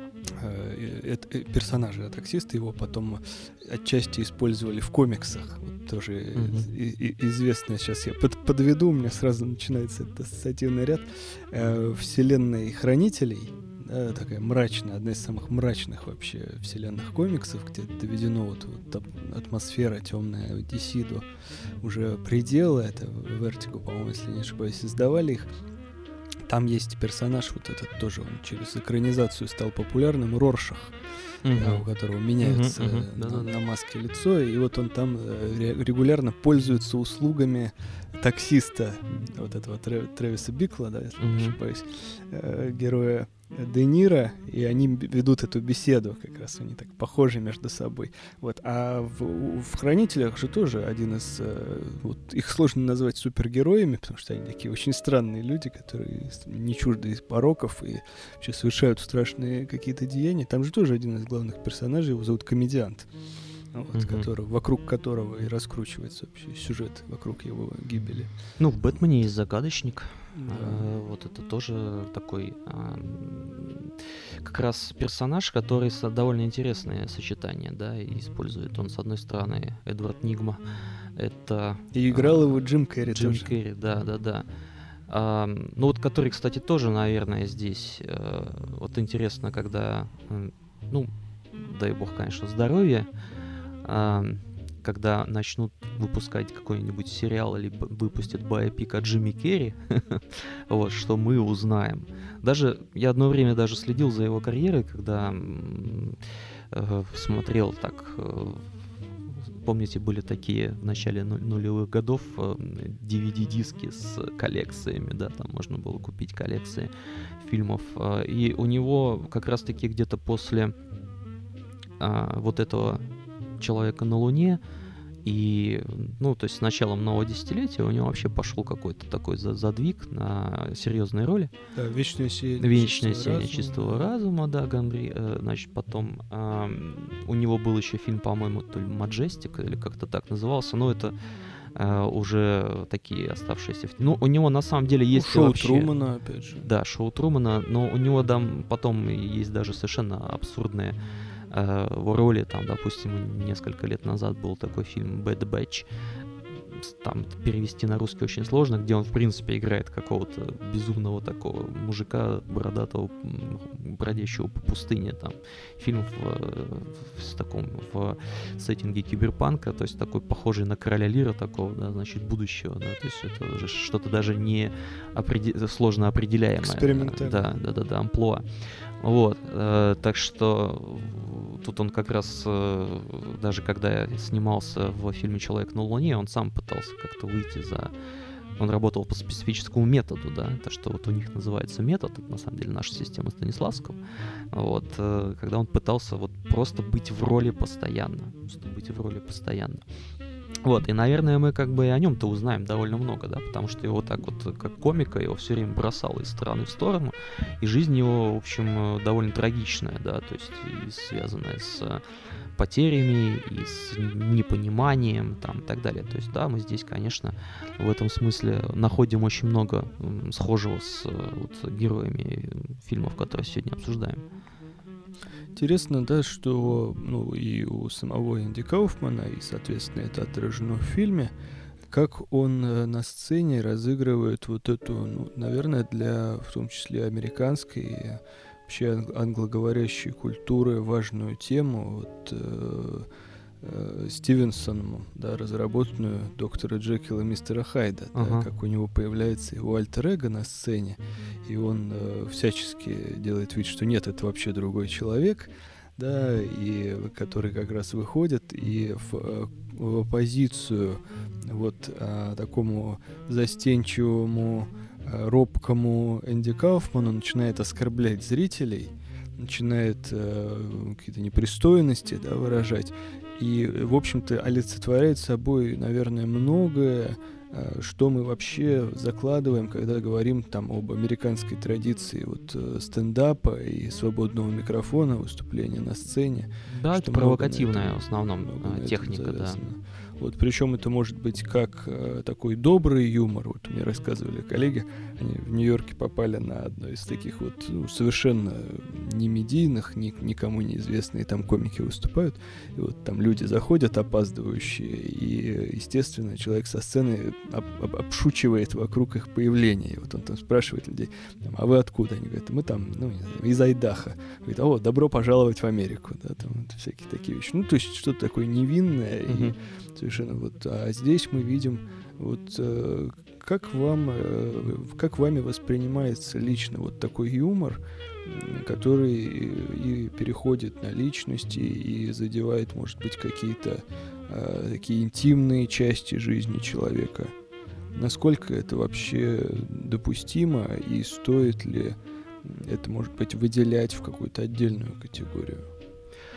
э, это, персонажа, да, таксиста, его потом отчасти использовали в комиксах. Вот тоже Мгм. и, и, известно, сейчас я под, подведу, у меня сразу начинается этот ассоциативный ряд э, вселенной Хранителей. Да, такая мрачная, одна из самых мрачных вообще вселенных комиксов, где доведено вот, вот атмосфера темная ди си до уже предела. Это Vertigo, по-моему, если не ошибаюсь, издавали их. Там есть персонаж, вот этот тоже, он через экранизацию стал популярным, Роршах, Мгм. да, у которого меняется Мгм, мгм, э, на, да-да-да. на маске лицо, и вот он там э, ре- регулярно пользуется услугами таксиста, вот этого Трэ- Трэвиса Бикла, да, если не Мгм. ошибаюсь, э, героя Де Ниро, и они б- ведут эту беседу, как раз они так похожи между собой. Вот. А в, у- в «Хранителях» же тоже один из... э, вот, их сложно назвать супергероями, потому что они такие очень странные люди, которые с- не чужды из пороков и вообще совершают страшные какие-то деяния. Там же тоже один из главных персонажей, его зовут Комедиант. вот, Мгм. которого, вокруг которого и раскручивается вообще сюжет вокруг его гибели. Ну, в «Бэтмене» есть загадочник. Да. Э, Вот это тоже такой а, м, как раз персонаж, который со- довольно интересное сочетание, да, и использует он, с одной стороны, Эдвард Нигма. Это И играл а, его Джим Керри Джим тоже. Керри, да, да, да. А, ну вот который, кстати, тоже, наверное, здесь э, вот интересно, когда, м, ну, дай бог, конечно, здоровья, а, когда начнут выпускать какой-нибудь сериал или б- выпустят байопик о Джимми Керри, вот, что мы узнаем. Даже я одно время даже следил за его карьерой, когда м, э, смотрел так. э, Помните, были такие в начале ну- нулевых годов э, ди ви ди-диски с коллекциями, да, там можно было купить коллекции фильмов. э, И у него как раз-таки где-то после а, вот этого «Человека на Луне» и, ну, то есть с началом нового десятилетия у него вообще пошел какой-то такой за- задвиг на серьезные роли. Да, «Вечное сияние, «Вечное чистого сияние разума», чистого да. разума», да, Гамбри. э, Значит, потом ам, у него был еще фильм, по-моему, то ли «Маджестик» или как-то так назывался. Но это э, уже такие оставшиеся... в- Ну, у него на самом деле Ну, есть и шоу вообще... Трумана, опять же. Да, шоу Трумана, но у него там потом есть даже совершенно абсурдные э, в роли. Там, допустим, несколько лет назад был такой фильм «Bad Batch». С- Там перевести на русский очень сложно, где он, в принципе, играет какого-то безумного такого мужика, бородатого, м, бродящего по пустыне. Там фильм в, э, в- с таком в сеттинге киберпанка, то есть такой похожий на Короля Лира такого, да, значит, будущего, да, то есть это уже что-то даже не опреде- сложно определяемое. Экспериментальное. Да, да, да, да, амплуа. Вот, э, так что э, тут он как раз, э, даже когда снимался в фильме «Человек на Луне», он сам пытался как-то выйти за... Он работал по специфическому методу, да, то, что вот у них называется метод, это на самом деле наша система Станиславского, вот, э, когда он пытался вот просто быть в роли постоянно, просто быть в роли постоянно. Вот, и, наверное, мы как бы и о нем-то узнаем довольно много, да, потому что его так вот, как комика, его все время бросало из стороны в сторону, и жизнь его, в общем, э, довольно трагичная, да, то есть и связанная с э, потерями, и с непониманием, там, и так далее. То есть, да, мы здесь, конечно, в этом смысле находим очень много м, схожего с э, вот, героями э, фильмов, которые сегодня обсуждаем. Интересно, да, что ну, и у самого Энди Кауфмана, и, соответственно, это отражено в фильме, как он э, на сцене разыгрывает вот эту, ну, наверное, для, в том числе, американской и вообще ан- англоговорящей культуры важную тему, вот, э, э, Стивенсоном, да, разработанную доктора Джекила и мистера Хайда, да, Ага. как у него появляется его альтер-эго на сцене, и он э, всячески делает вид, что нет, это вообще другой человек, да, и который как раз выходит и в, э, в оппозицию вот а, такому застенчивому, а, робкому Энди Кауфману начинает оскорблять зрителей, начинает э, какие-то непристойности, да, выражать, и, в общем-то, олицетворяет собой, наверное, многое, э, что мы вообще закладываем, когда говорим там об американской традиции вот э, стендапа и свободного микрофона, выступления на сцене. Да, Что это много провокативная на этом- в основном много э, на этом техника, да. завязано. Вот, причем это может быть как э, такой добрый юмор. Вот мне рассказывали коллеги, они в Нью-Йорке попали на одно из таких вот ну, совершенно не медийных, ни, никому неизвестные там комики выступают. И вот там люди заходят, опаздывающие, и, естественно, человек со сцены об- об- обшучивает вокруг их появления. И вот он там спрашивает людей, там, а вы откуда? Они говорят, мы там, ну, не знаю, из Айдаха. Говорит, о, добро пожаловать в Америку. Да, там вот всякие такие вещи. Ну, то есть что-то такое невинное и Мгм. совершенно вот. А здесь мы видим вот э, как вам, э, как вами воспринимается лично вот такой юмор, м, который и, и переходит на личности и задевает, может быть, какие-то э, такие интимные части жизни человека. Насколько это вообще допустимо и стоит ли это, может быть, выделять в какую-то отдельную категорию?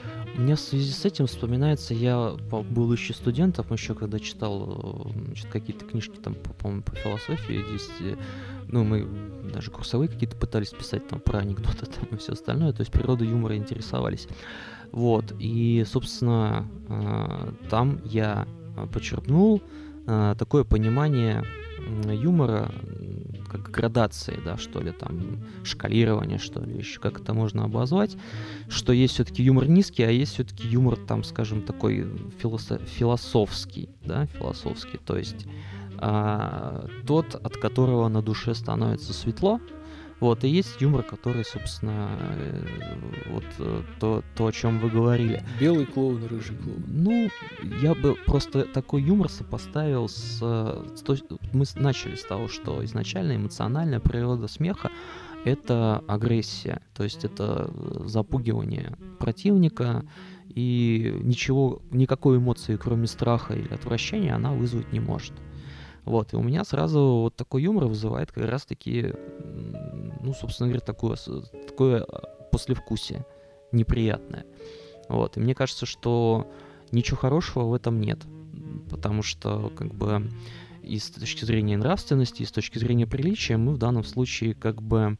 Мне в связи с этим вспоминается, я был еще студентом, еще когда читал, значит, какие-то книжки там, по-моему, по философии, здесь, ну, мы даже курсовые какие-то пытались писать там про анекдоты там, и все остальное, то есть природой юмора интересовались. Вот, и, собственно, там я почерпнул такое понимание юмора, как градации, да, что ли, там, шкалирование, что ли, еще как это можно обозвать, что есть все-таки юмор низкий, а есть все-таки юмор, там, скажем, такой философ, философский, да, философский, то есть а, тот, от которого на душе становится светло, вот, и есть юмор, который, собственно, вот то, то, о чем вы говорили. Белый клоун, рыжий клоун. Ну, я бы просто такой юмор сопоставил с... с то, мы начали с того, что изначально эмоциональная природа смеха — это агрессия, то есть это запугивание противника, и ничего, никакой эмоции, кроме страха или отвращения, она вызвать не может. Вот, и у меня сразу вот такой юмор вызывает как раз-таки, ну, собственно говоря, такое, такое послевкусие неприятное. Вот, и мне кажется, что ничего хорошего в этом нет, потому что, как бы, и с точки зрения нравственности, и с точки зрения приличия мы в данном случае, как бы,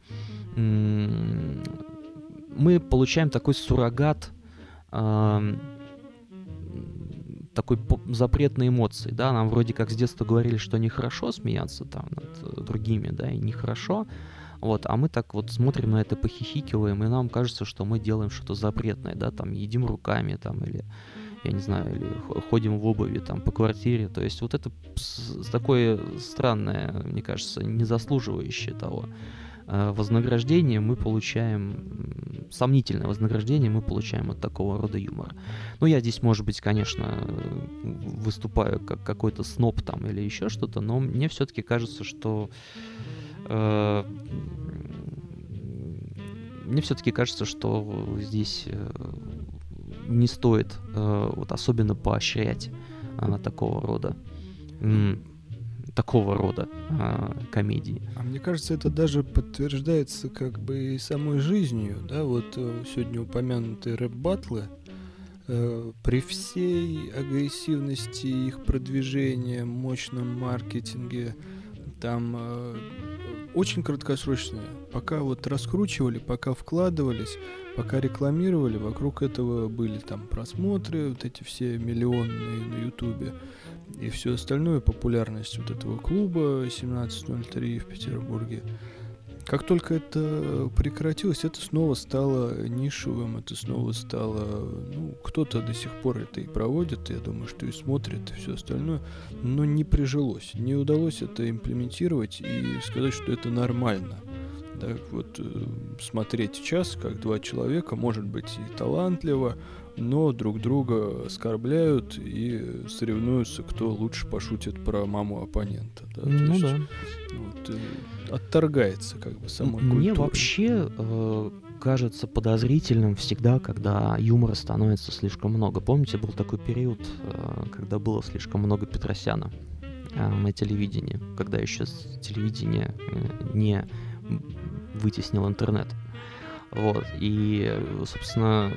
м- мы получаем такой суррогат, э- такой запрет на эмоции, да, нам вроде как с детства говорили, что нехорошо смеяться там над другими, да, и нехорошо, вот, а мы так вот смотрим на это, похихикиваем, и нам кажется, что мы делаем что-то запретное, да, там, едим руками, там, или, я не знаю, или ходим в обуви, там, по квартире, то есть вот это такое странное, мне кажется, не заслуживающее того вознаграждение мы получаем, сомнительное вознаграждение мы получаем от такого рода юмора. Ну, я здесь, может быть, конечно, выступаю как какой-то сноб там или еще что-то, но мне все-таки кажется, что э, мне все-таки кажется, что здесь не стоит э, вот особенно поощрять э, такого рода м- такого рода а, комедии. А мне кажется, это даже подтверждается как бы и самой жизнью, да, вот сегодня упомянутые рэп-баттлы, э, при всей агрессивности их продвижения, мощном маркетинге, там э, очень краткосрочные. Пока вот раскручивали, пока вкладывались, пока рекламировали, вокруг этого были там просмотры, вот эти все миллионные на Ютубе, и все остальное, популярность вот этого клуба семнадцать ноль три в Петербурге. Как только это прекратилось, это снова стало нишевым, это снова стало... Ну, кто-то до сих пор это и проводит, я думаю, что и смотрит, и все остальное, но не прижилось. Не удалось это имплементировать и сказать, что это нормально. Да, вот э, смотреть час, как два человека, может быть, и талантливо, но друг друга оскорбляют и соревнуются, кто лучше пошутит про маму оппонента. Да? Ну есть, да. Вот, э, отторгается как бы самой культурой. Мне вообще э, кажется подозрительным всегда, когда юмора становится слишком много. Помните, был такой период, э, когда было слишком много Петросяна э, на телевидении, когда еще телевидение э, не вытеснил интернет. Вот. И, собственно,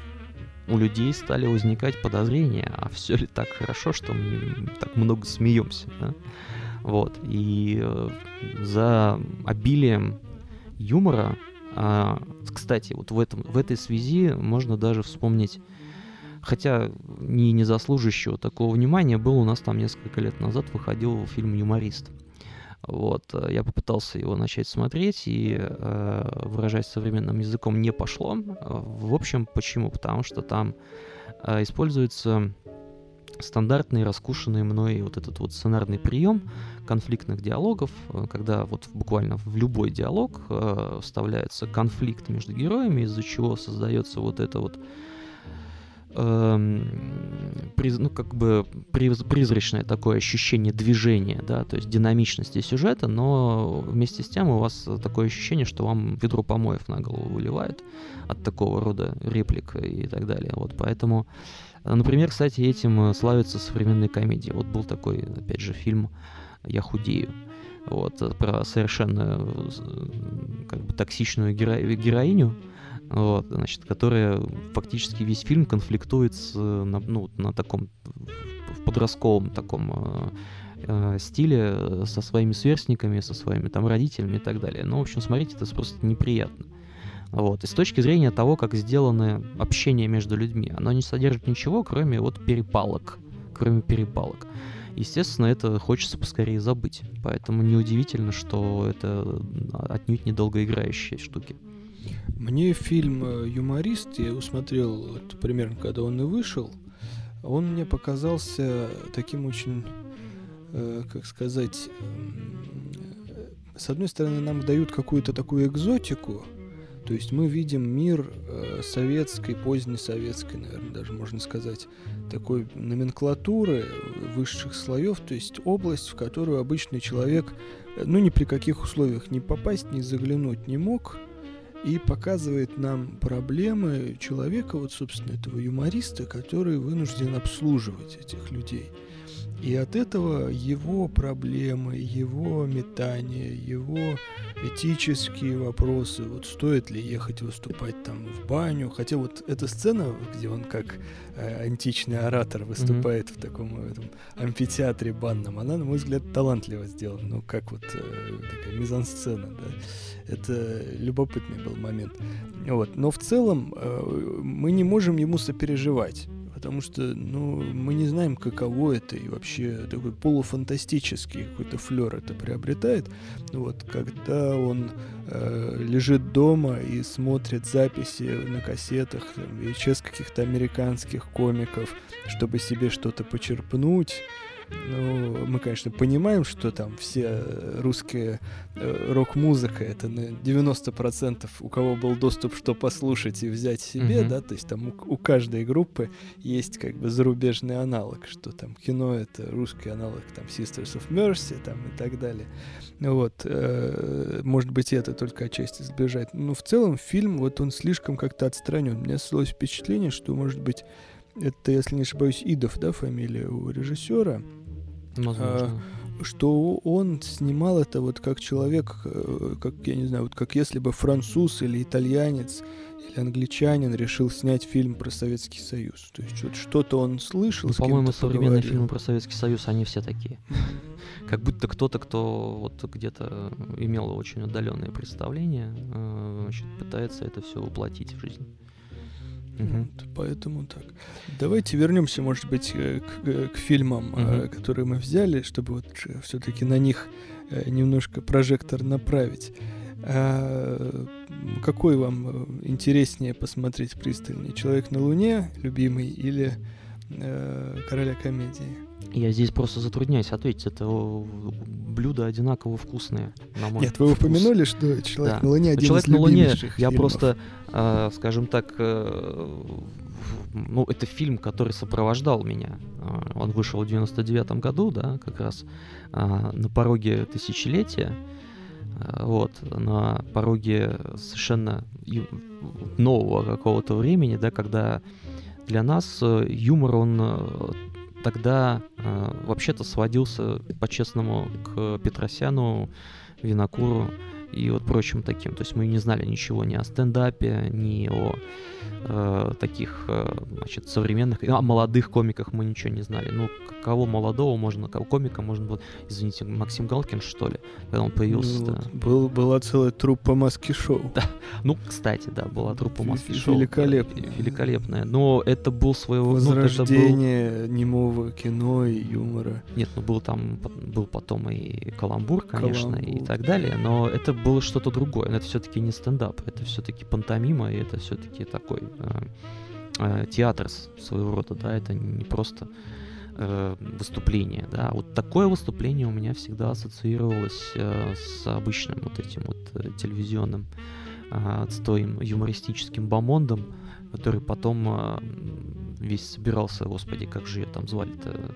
у людей стали возникать подозрения, а все ли так хорошо, что мы так много смеемся, да? Вот. И э, за обилием юмора, э, кстати, вот в, этом, в этой связи можно даже вспомнить, хотя не, не заслуживающего такого внимания, был у нас там несколько лет назад, выходил фильм «Юморист». Вот, я попытался его начать смотреть, и э, выражаясь современным языком не пошло. В общем, почему? Потому что там э, используется стандартный, раскушенный мной вот этот вот сценарный прием конфликтных диалогов, когда вот буквально в любой диалог э, вставляется конфликт между героями, из-за чего создается вот это вот Приз, ну, как бы приз, призрачное такое ощущение движения, да, то есть динамичности сюжета, но вместе с тем у вас такое ощущение, что вам ведро помоев на голову выливают от такого рода реплик и так далее. Вот, поэтому, например, кстати, этим славятся современные комедии. Вот был такой, опять же, фильм «Я худею». Вот, про совершенно как бы токсичную геро... героиню, вот, значит, которая фактически весь фильм конфликтует с, на, ну, на таком в подростковом таком э, стиле со своими сверстниками, со своими там родителями и так далее. Ну, в общем, смотрите, это просто неприятно. Вот. И с точки зрения того, как сделано общение между людьми, оно не содержит ничего, кроме вот перепалок. Кроме перепалок. Естественно, это хочется поскорее забыть. Поэтому неудивительно, что это отнюдь недолгоиграющие штуки. Мне фильм «Юморист», я его смотрел вот, примерно, когда он и вышел, он мне показался таким очень, э, как сказать, э, с одной стороны, нам дают какую-то такую экзотику, то есть мы видим мир э, советской, позднесоветской, наверное, даже можно сказать, такой номенклатуры высших слоев, то есть область, в которую обычный человек, ну, ни при каких условиях не попасть, не заглянуть не мог, и показывает нам проблемы человека, вот, собственно, этого юмориста, который вынужден обслуживать этих людей. И от этого его проблемы, его метания, его этические вопросы, вот стоит ли ехать выступать там в баню, хотя вот эта сцена, где он как э, античный оратор выступает mm-hmm. в таком этом амфитеатре банном, она, на мой взгляд, талантливо сделана, ну как вот э, такая мизансцена, да, это любопытный был момент. Вот. Но в целом э, мы не можем ему сопереживать. Потому что, ну, мы не знаем, каково это, и вообще такой полуфантастический какой-то флёр это приобретает. Вот, когда он э, лежит дома и смотрит записи на кассетах, там, ви эйч эс каких-то американских комиков, чтобы себе что-то почерпнуть. Ну, мы, конечно, понимаем, что там все русские э, рок-музыка, это на девяносто процентов у кого был доступ, что послушать и взять себе, mm-hmm. да, то есть там у, у каждой группы есть как бы зарубежный аналог, что там кино — это русский аналог, там Sisters of Mercy, там и так далее. Вот, э, может быть, это только отчасти сближает. Но в целом фильм, вот он слишком как-то отстранен. У меня создалось впечатление, что, может быть, это, если не ошибаюсь, Идов, да, фамилия у режиссера, а, что он снимал это вот как человек, как, я не знаю, вот как если бы француз или итальянец или англичанин решил снять фильм про Советский Союз. То есть вот что-то он слышал, ну, с по-моему, кем-то современные поговорил. фильмы про Советский Союз, они все такие. Как будто кто-то, кто вот где-то имел очень отдаленное представление, значит, пытается это все воплотить в жизнь. Uh-huh. Вот, поэтому так. Давайте вернемся, может быть, к, к фильмам, uh-huh. которые мы взяли, чтобы вот все-таки на них немножко прожектор направить. А какой вам интереснее посмотреть пристальнее? «Человек на Луне», любимый, или э, «Короля комедии»? Я здесь просто затрудняюсь ответить. Это блюда одинаково вкусные, на мой Нет, вы вкус. упомянули, что «Человек да. на Луне» один «Человек из на Луне» любимейших я фильмов. просто, э, скажем так, э, ну, это фильм, который сопровождал меня. Он вышел в девяносто девятом году, да, как раз э, на пороге тысячелетия. Вот, на пороге совершенно нового какого-то времени, да, когда для нас юмор, он тогда э, вообще-то сводился по-честному к Петросяну, Винокуру и вот прочим таким. То есть мы не знали ничего ни о стендапе, ни о э, таких, э, значит, современных, о молодых комиках мы ничего не знали. Ну, кого молодого можно, кого комика можно было, извините, Максим Галкин, что ли, когда он появился. Ну, да. был, была целая труппа «Маски-шоу». Да. Ну, кстати, да, была труппа «Маски-шоу». Великолепная. Великолепная. Но это был своего... Возрождение ну, это был... немого кино и юмора. Нет, ну был там, был потом и каламбур, конечно, Каламбур. и так далее, но это было что-то другое. Это все-таки не стендап, это все-таки пантомима, и это все-таки такой э, э, театр своего рода, да, это не просто э, выступление, да. Вот такое выступление у меня всегда ассоциировалось э, с обычным вот этим вот э, телевизионным э, отстоем юмористическим бомондом, который потом э, весь собирался, господи, как же ее там звали-то,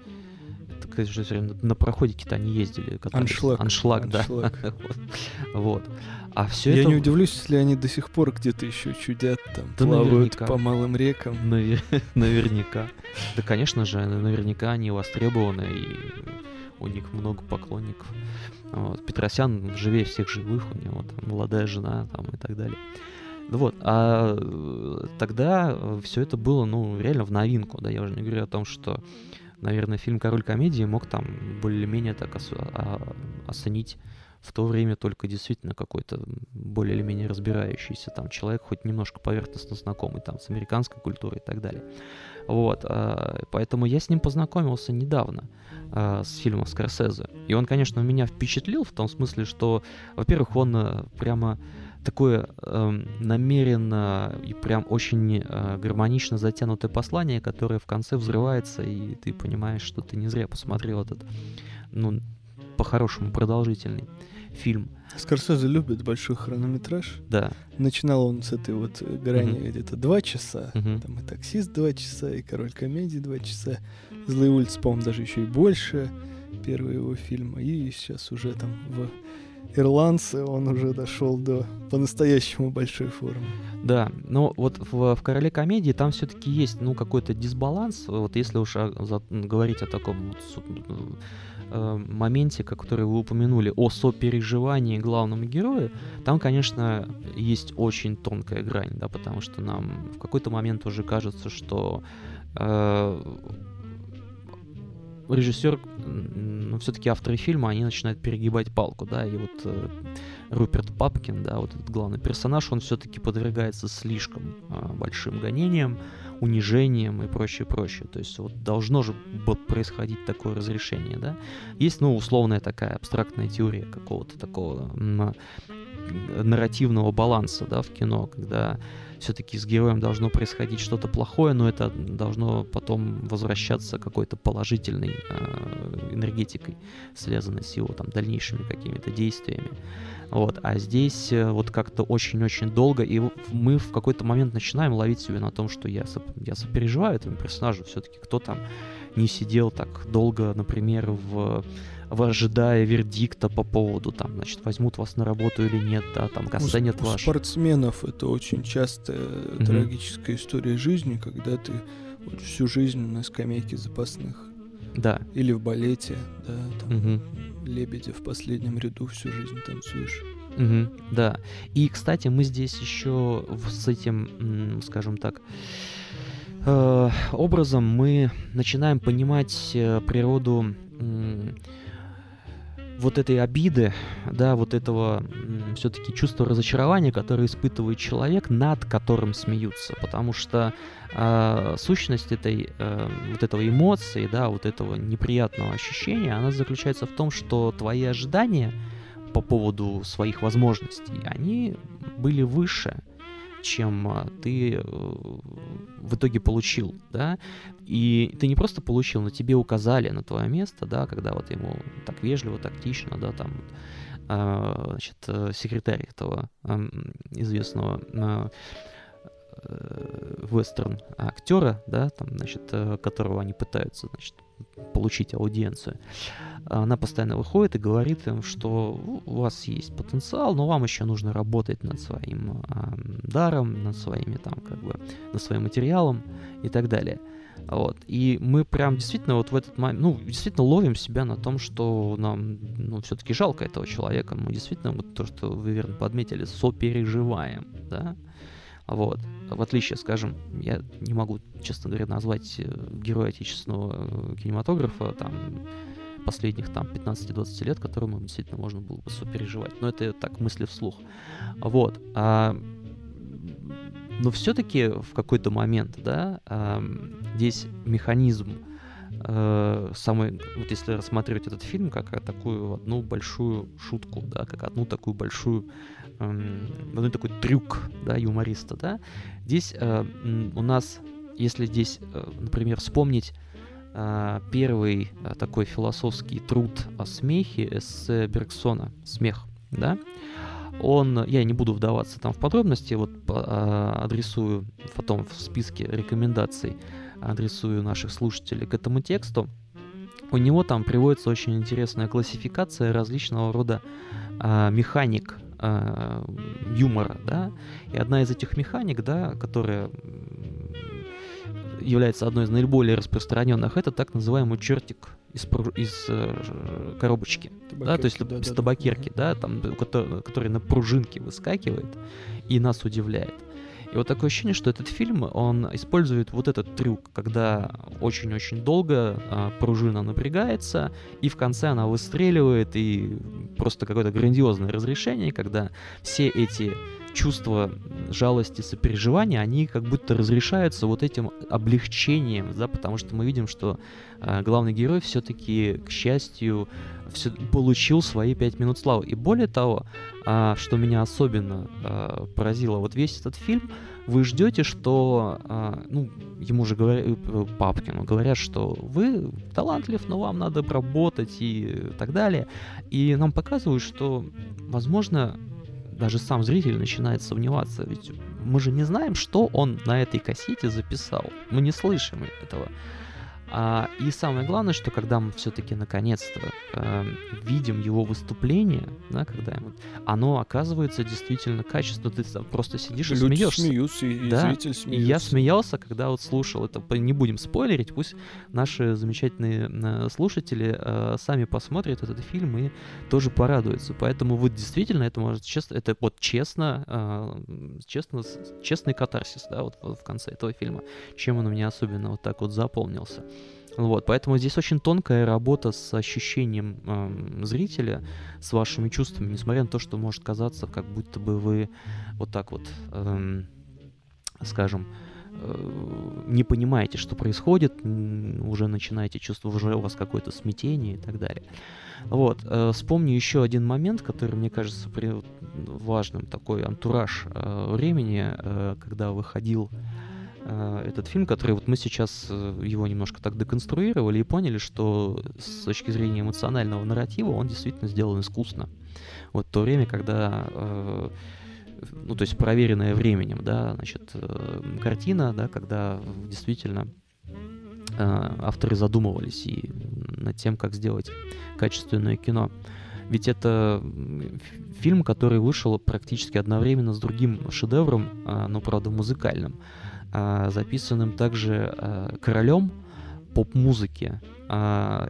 же все время на проходике-то они ездили. Катались. Аншлаг. Аншлаг, да. Аншлаг. Вот. А все Я это... не удивлюсь, если они до сих пор где-то еще чудят, там, да плавают наверняка. по малым рекам. Навер... Наверняка. Да, конечно же, наверняка они востребованы, и у них много поклонников. Вот. Петросян живее всех живых, у него там молодая жена там, и так далее. Вот, а э, тогда все это было, ну, реально в новинку, да, я уже не говорю о том, что, наверное, фильм «Король комедии» мог там более-менее так ос- а- оценить в то время только действительно какой-то более или менее разбирающийся там человек, хоть немножко поверхностно знакомый там с американской культурой и так далее. Вот, а, поэтому я с ним познакомился недавно, а, с фильмом Скорсезе. И он, конечно, меня впечатлил в том смысле, что, во-первых, он а, прямо такое э, намеренно и прям очень э, гармонично затянутое послание, которое в конце взрывается, и ты понимаешь, что ты не зря посмотрел этот, ну, по-хорошему продолжительный фильм. Скорсезе любит большой хронометраж. Да. Начинал он с этой вот грани Мгм. где-то два часа. Мгм. Там и «Таксист» два часа, и «Король комедии» два часа. «Злые улицы», по-моему, даже еще и больше. Первый его фильм. И сейчас уже там в «Ирландце» он уже дошел до по-настоящему большой формы. Да, но вот в, в «Короле комедии» там все-таки есть, ну, какой-то дисбаланс. Вот если уж о- за- говорить о таком вот су- э, моменте, который вы упомянули, о сопереживании главному герою, там, конечно, есть очень тонкая грань, да, потому что нам в какой-то момент уже кажется, что э, режиссер, м, ну, все-таки авторы фильма, они начинают перегибать палку, да, и вот э, Руперт Папкин, да, вот этот главный персонаж, он все-таки подвергается слишком э, большим гонениям, унижением и прочее, прочее. То есть вот должно же б- происходить такое разрешение, да. Есть, ну, условная такая абстрактная теория какого-то такого м, нарративного баланса, да, в кино, когда все-таки с героем должно происходить что-то плохое, но это должно потом возвращаться какой-то положительной э, энергетикой, связанной с его там дальнейшими какими-то действиями. Вот. А здесь э, вот как-то очень-очень долго, и в- мы в какой-то момент начинаем ловить себя на том, что я, соп- я сопереживаю этому персонажу, все-таки кто там не сидел так долго, например, в в ожидая вердикта по поводу, там, значит, возьмут вас на работу или нет, да, там, У, оценят сп- у ваш... спортсменов это очень частая Мгм. трагическая история жизни, когда ты вот всю жизнь на скамейке запасных. Да. Или в балете, да, там Мгм. Лебедя в последнем ряду всю жизнь танцуешь. Мгм, да. И, кстати, мы здесь еще в- с этим, м, скажем так, э, образом мы начинаем понимать э, природу м, вот этой обиды, да, вот этого все-таки чувства разочарования, которое испытывает человек, над которым смеются, потому что э, сущность этой, э, вот этого эмоции, да, вот этого неприятного ощущения, она заключается в том, что твои ожидания по поводу своих возможностей, они были выше, чем а, ты э, в итоге получил, да, и ты не просто получил, но тебе указали на твое место, да, когда вот ему так вежливо, тактично, да, там, э, значит, э, секретарь этого э, известного э, э, вестерн актера, да, там, значит, э, которого они пытаются, значит, получить аудиенцию, она постоянно выходит и говорит им, что у вас есть потенциал, но вам еще нужно работать над своим э, даром, над своими там как бы, над своим материалом и так далее. Вот. И мы прям действительно вот в этот момент, ну, действительно ловим себя на том, что нам, ну, все-таки жалко этого человека. Мы действительно, вот то, что вы верно подметили, сопереживаем, да. Вот. В отличие, скажем, я не могу, честно говоря, назвать героя отечественного кинематографа там последних там пятнадцать-двадцать лет, которому действительно можно было бы сопереживать. Но это так, мысли вслух. Вот. А, но все-таки в какой-то момент, да, а, здесь механизм э, самый, вот если рассматривать этот фильм как такую одну большую шутку, да, как одну такую большую одной такой трюк, да, юмориста, да. Здесь э, у нас, если здесь, э, например, вспомнить э, первый э, такой философский труд о смехе, эссе Бергсона «Смех», да, он, я не буду вдаваться там в подробности, вот э, адресую потом в списке рекомендаций, адресую наших слушателей к этому тексту. У него там приводится очень интересная классификация различного рода э, механик э, юмора, да, и одна из этих механик, да, которая является одной из наиболее распространенных, это так называемый чертик из, из э, коробочки, да, то есть да, с да, табакерки, да, да, там, который, который на пружинке выскакивает и нас удивляет. И вот такое ощущение, что этот фильм, он использует вот этот трюк, когда очень-очень долго а, пружина напрягается, и в конце она выстреливает, и просто какое-то грандиозное разрешение, когда все эти чувства жалости, сопереживания, они как будто разрешаются вот этим облегчением, да, потому что мы видим, что а, главный герой все-таки, к счастью, все, получил свои пять минут славы. И более того, а, что меня особенно а, поразило, вот весь этот фильм, вы ждете, что, а, ну, ему же говорят, Папкину говорят, что вы талантлив, но вам надо работать и так далее. И нам показывают, что, возможно, даже сам зритель начинает сомневаться, ведь мы же не знаем, что он на этой кассете записал. Мы не слышим этого. А, и самое главное, что когда мы все-таки наконец-то э, видим его выступление, да, когда ему, оно оказывается действительно качественно, ты просто сидишь и Люди смеешься. смеются, и да? зритель смеется. И я смеялся, когда вот слушал это. Не будем спойлерить, пусть наши замечательные э, слушатели э, сами посмотрят этот фильм и тоже порадуются. Поэтому вот действительно это может честно, это вот честно, э, честно, честный катарсис, да, вот в конце этого фильма. Чем он у меня особенно вот так вот запомнился. Вот, поэтому здесь очень тонкая работа с ощущением э, зрителя, с вашими чувствами, несмотря на то, что может казаться, как будто бы вы вот так вот, э, скажем, э, не понимаете, что происходит, уже начинаете чувствовать, уже у вас какое-то смятение и так далее. Вот, э, вспомню еще один момент, который, мне кажется, при, важным, такой антураж э, времени, э, когда выходил этот фильм, который вот мы сейчас его немножко так деконструировали и поняли, что с точки зрения эмоционального нарратива он действительно сделан искусно. Вот в то время, когда, э, ну, то есть проверенная временем, да, значит, э, картина, да, когда действительно э, авторы задумывались и над тем, как сделать качественное кино. Ведь это фильм, который вышел практически одновременно с другим шедевром, э, но, правда, музыкальным, записанным также э, королем поп-музыки, э,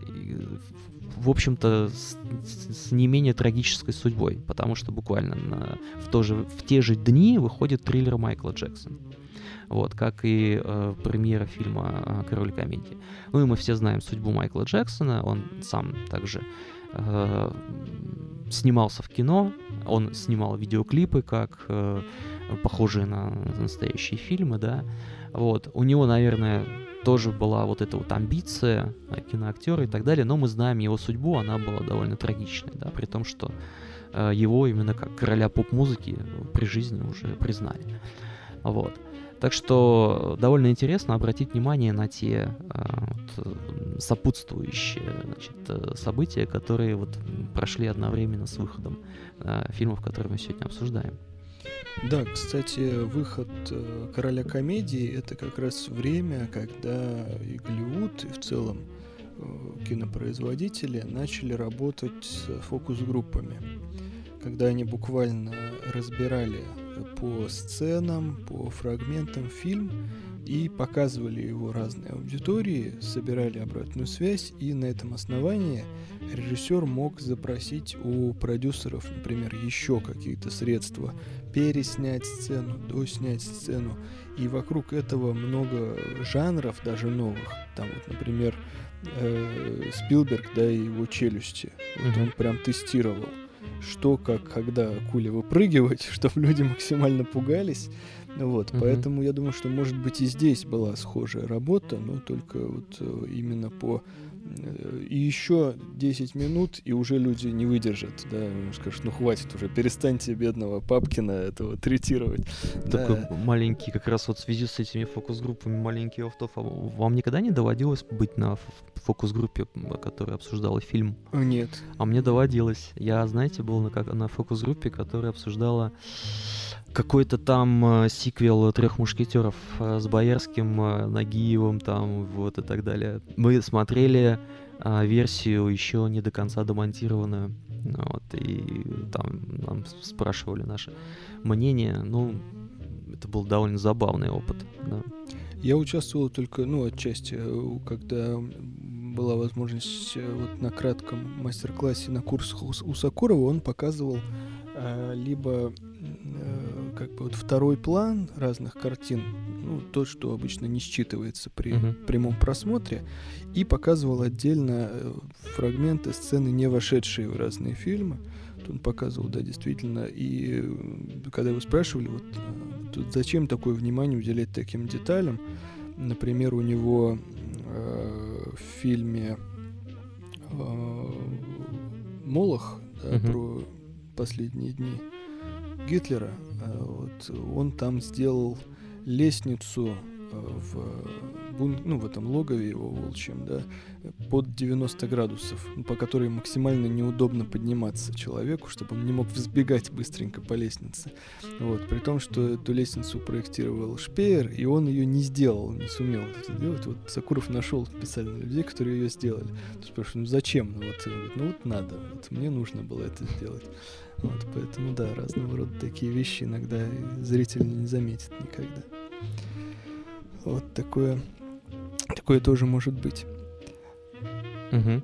в общем-то, с, с не менее трагической судьбой, потому что буквально на, в, то же, в те же дни выходит триллер Майкла Джексона. Вот, как и э, премьера фильма «Король комедии». Ну и мы все знаем судьбу Майкла Джексона, он сам также э, снимался в кино, он снимал видеоклипы, как э, похожие на настоящие фильмы, да. Вот. У него, наверное, тоже была вот эта вот амбиция киноактера и так далее, но мы знаем его судьбу, она была довольно трагичной, да, при том, что э, его именно как короля поп-музыки при жизни уже признали. Вот. Так что довольно интересно обратить внимание на те э, вот, сопутствующие, значит, события, которые вот прошли одновременно с выходом э, фильмов, которые мы сегодня обсуждаем. Да, кстати, выход э, «Короля комедии» — это как раз время, когда и Голливуд, и в целом э, кинопроизводители начали работать с фокус-группами, когда они буквально разбирали по сценам, по фрагментам фильм и показывали его разной аудитории, собирали обратную связь, и на этом основании режиссер мог запросить у продюсеров, например, еще какие-то средства переснять сцену, доснять сцену, и вокруг этого много жанров, даже новых. Там вот, например, э, Спилберг, да, и его «Челюсти». Вот он прям тестировал, что, как, когда акуле выпрыгивать, чтобы люди максимально пугались. Вот, uh-huh. Поэтому я думаю, что, может быть, и здесь была схожая работа, но только вот именно по... И еще десять минут, и уже люди не выдержат, да, скажут, ну хватит уже, перестаньте бедного Папкина этого третировать. Такой да. маленький, как раз вот в связи с этими фокус-группами, маленький офф-топ. Вам никогда не доводилось быть на фокус-группе, которая обсуждала фильм? Нет. А мне доводилось. Я, знаете, был на, как, на фокус-группе, которая обсуждала какой-то там э, сиквел «Трех мушкетеров» э, с Боярским, э, Нагиевым там, вот, и так далее. Мы смотрели э, версию еще не до конца домонтированную, вот, и там нам спрашивали наше мнение. Ну, это был довольно забавный опыт, да. Я участвовал только, ну, отчасти, когда была возможность э, вот на кратком мастер-классе на курсах у, у Сокурова, он показывал э, либо э, как бы вот второй план разных картин, ну, то, что обычно не считывается при Мгм. прямом просмотре, и показывал отдельно э, фрагменты сцены, не вошедшие в разные фильмы. Вот он показывал, да, действительно, и э, когда его спрашивали, вот э, тут зачем такое внимание уделять таким деталям, например, у него э, в фильме э, «Молох», да, Мгм. про последние дни Гитлера, э, вот, он там сделал лестницу э, в, бун- ну, в этом логове его волчьем, да, под девяносто градусов, ну, по которой максимально неудобно подниматься человеку, чтобы он не мог взбегать быстренько по лестнице. Вот, при том, что эту лестницу проектировал Шпеер, и он ее не сделал, не сумел это сделать. Вот Сокуров нашел специально людей, которые ее сделали. То спрашиваю, ну зачем? Ну вот, он говорит, ну вот надо, вот мне нужно было это сделать. Вот, поэтому да, разного рода такие вещи иногда зритель не заметит никогда. Вот такое, такое тоже может быть. Мгм.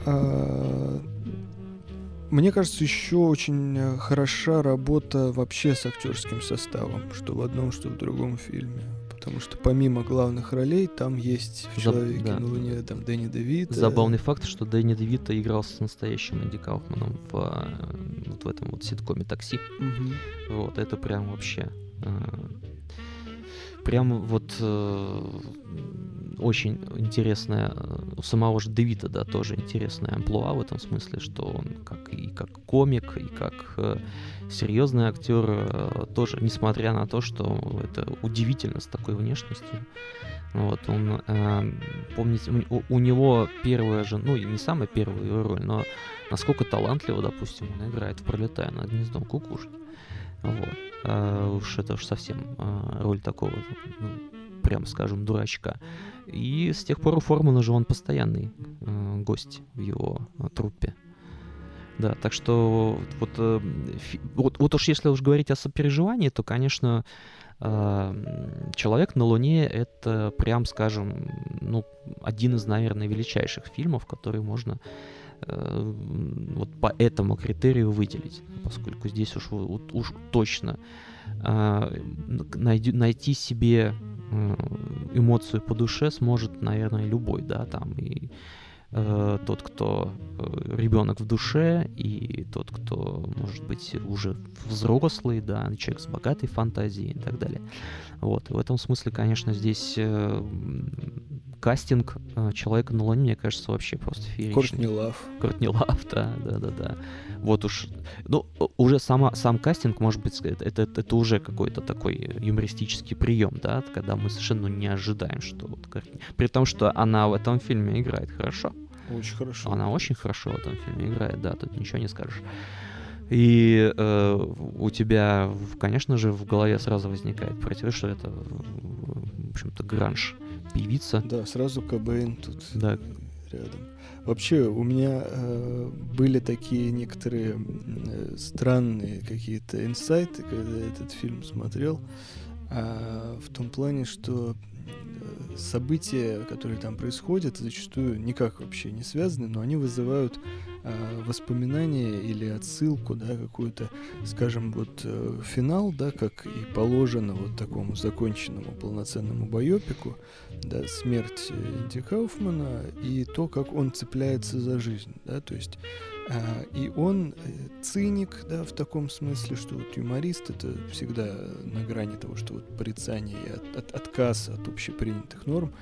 А, Мне кажется, еще очень э, хороша работа вообще с актерским составом, что в одном, что в другом фильме. Потому что помимо главных ролей, там есть в Заб- «Человеке да. на Луне» там Дэнни Девито. Забавный факт, что Дэнни Девито играл с настоящим Энди Кауфманом в, э, вот в этом вот ситкоме «Такси». Мгм. Вот, это прям вообще... э, Прям вот э, очень интересная, э, у самого же Девита, да, тоже интересная амплуа в этом смысле, что он как и как комик, и как э, серьезный актер, э, тоже, несмотря на то, что это удивительно с такой внешностью. Вот, он, э, помните, у, у него первая же, ну, и не самая первая его роль, но насколько талантливо, допустим, он играет в «Пролетая над гнездом кукушки». Вот. А уж это уж совсем а, роль такого, ну, прям скажем, дурачка. И с тех пор у Формана же он постоянный а, гость в его а, труппе. Да, так что вот, э, фи- вот, вот уж если уж говорить о сопереживании, то, конечно, а, «Человек на Луне» — это, прям скажем, ну, один из, наверное, величайших фильмов, которые можно э, вот по этому критерию выделить, поскольку здесь уж, вот уж точно э, найди- найти себе э, эмоцию по душе сможет, наверное, любой, да, там и э, тот, кто э, ребенок в душе, и тот, кто, может быть, уже взрослый, да, человек с богатой фантазией и так далее. Вот, и в этом смысле, конечно, здесь э, кастинг э, «Человека на Луне», мне кажется, вообще просто фееричный. Кортни Лав. Кортни Лав, да, да, да, да. Вот уж, ну, уже сама, сам кастинг, может быть, это, это, это уже какой-то такой юмористический прием, да, когда мы совершенно не ожидаем, что вот Кортни... При том, что она в этом фильме играет хорошо. Очень хорошо. Она очень хорошо в этом фильме играет, да, тут ничего не скажешь. И э, у тебя, в- конечно же, в голове сразу возникает против, что это, в общем-то, гранж певица. Да, сразу Кобейн тут Да. рядом. Вообще, у меня э, были такие некоторые э, странные какие-то инсайты, когда я этот фильм смотрел, а, в том плане, что э, события, которые там происходят, зачастую никак вообще не связаны, но они вызывают э, воспоминания или отсылку, да, какую-то, скажем, вот э, финал, да, как и положено вот такому законченному полноценному байопику, да, смерть Энди Кауфмана и то, как он цепляется за жизнь, да, то есть а, и он э, циник, да, в таком смысле, что вот юморист — это всегда на грани того, что вот порицание и от, от- отказ от общепринятых норм,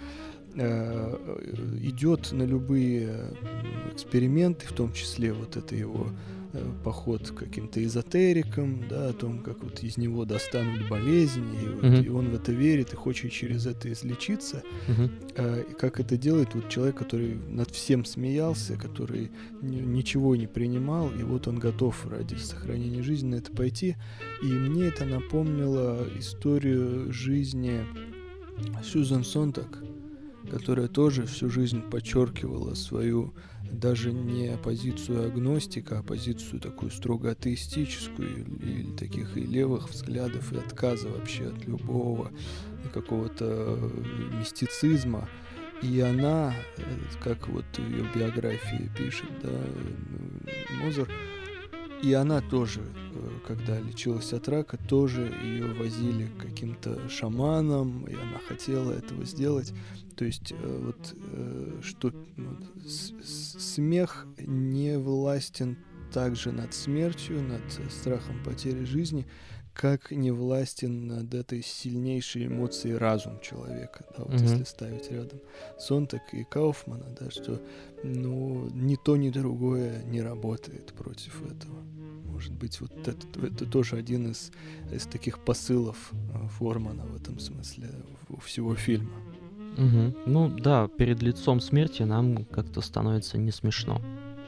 э, идет на любые э, эксперименты, в том числе вот это его э, поход к каким-то эзотерикам, да, о том, как вот из него достанут болезни, и, вот, Мгм. и он в это верит и хочет через это излечиться. Мгм. Э, и как это делает вот человек, который над всем смеялся, который ни- ничего не принимал, и вот он готов ради сохранения жизни на это пойти. И мне это напомнило историю жизни Сьюзан Сонтак, которая тоже всю жизнь подчеркивала свою даже не позицию агностика, а позицию такую строго атеистическую, или, или таких и левых взглядов, и отказа вообще от любого и какого-то мистицизма. И она, как вот в ее биографии пишет, да, Мозер, и она тоже, когда лечилась от рака, тоже ее возили к каким-то шаманам, и она хотела этого сделать. То есть вот что вот, смех не властен также над смертью, над страхом потери жизни, как не властен над этой сильнейшей эмоцией разум человека, да, вот mm-hmm. если ставить рядом Сонтаг и Кауфмана, да, что ну, ни то, ни другое не работает против этого. Может быть, вот это, это тоже один из, из таких посылов Формана в этом смысле у всего фильма. Угу. Ну да, перед лицом смерти нам как-то становится не смешно.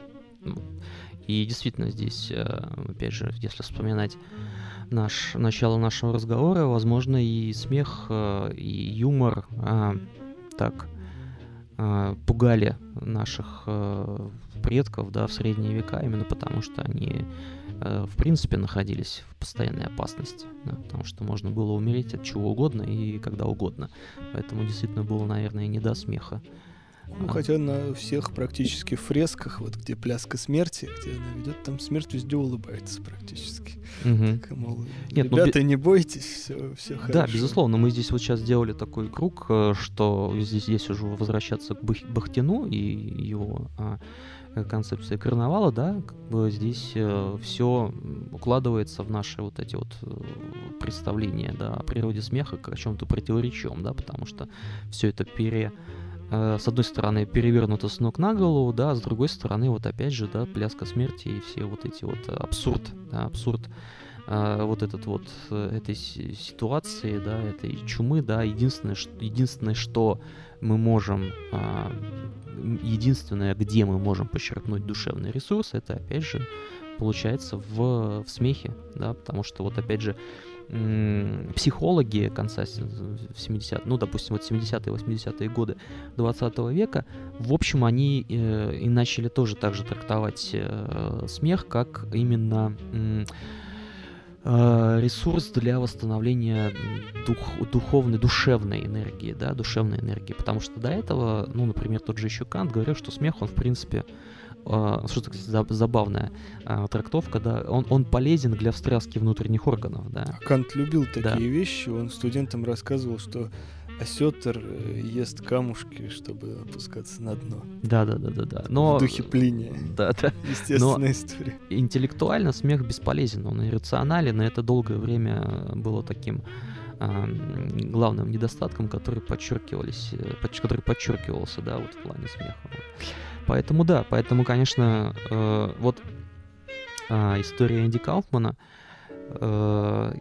И действительно здесь, опять же, если вспоминать наш, начало нашего разговора, возможно, и смех, и юмор а, так а, пугали наших а, предков, да, в средние века, именно потому что они, а, в принципе, находились в постоянной опасности, да, потому что можно было умереть от чего угодно и когда угодно. Поэтому действительно было, наверное, не до смеха. Ну, а. Хотя на всех практически фресках, вот где пляска смерти, где она ведет, там смерть везде улыбается практически. Угу. Так, мол, Нет, ребята, ну, не бойтесь, все, все хорошо. Да, безусловно, мы здесь вот сейчас сделали такой круг, что здесь, здесь уже возвращаться к Бахтину и его а, концепции карнавала, да, как бы здесь а, все укладывается в наши вот эти вот представления, да, о природе смеха, как о чем-то противоречивом, да, потому что все это пере... с одной стороны, перевернуто с ног на голову, да, а с другой стороны, вот опять же, да, пляска смерти и все вот эти вот абсурд, да, абсурд э, вот этот вот этой ситуации, да, этой чумы, да, единственное, что, единственное, что мы можем, э, единственное, где мы можем подчеркнуть душевный ресурс, это, опять же, получается в, в смехе, да, потому что вот, опять же, психологи конца семидесятых, ну, допустим, вот семидесятые, восьмидесятые годы двадцатого века, в общем, они э, и начали тоже так же трактовать э, смех как именно э, ресурс для восстановления дух, духовной, душевной энергии, да, душевной энергии, потому что до этого, ну, например, тот же еще Кант говорил, что смех, он, в принципе, Uh, что такое забавная uh, трактовка, да, он, он полезен для встряски внутренних органов, да. Кант любил такие да. вещи, он студентам рассказывал, что осетр ест камушки, чтобы опускаться на дно. Да-да-да-да. Но... В духе Плиния. Да-да. Естественная Но история. Интеллектуально смех бесполезен, он иррационален, и это долгое время было таким uh, главным недостатком, который подчеркивались, который подчеркивался, да, вот в плане смеха. Поэтому да, поэтому, конечно, э, вот э, история Энди Кауфмана, э,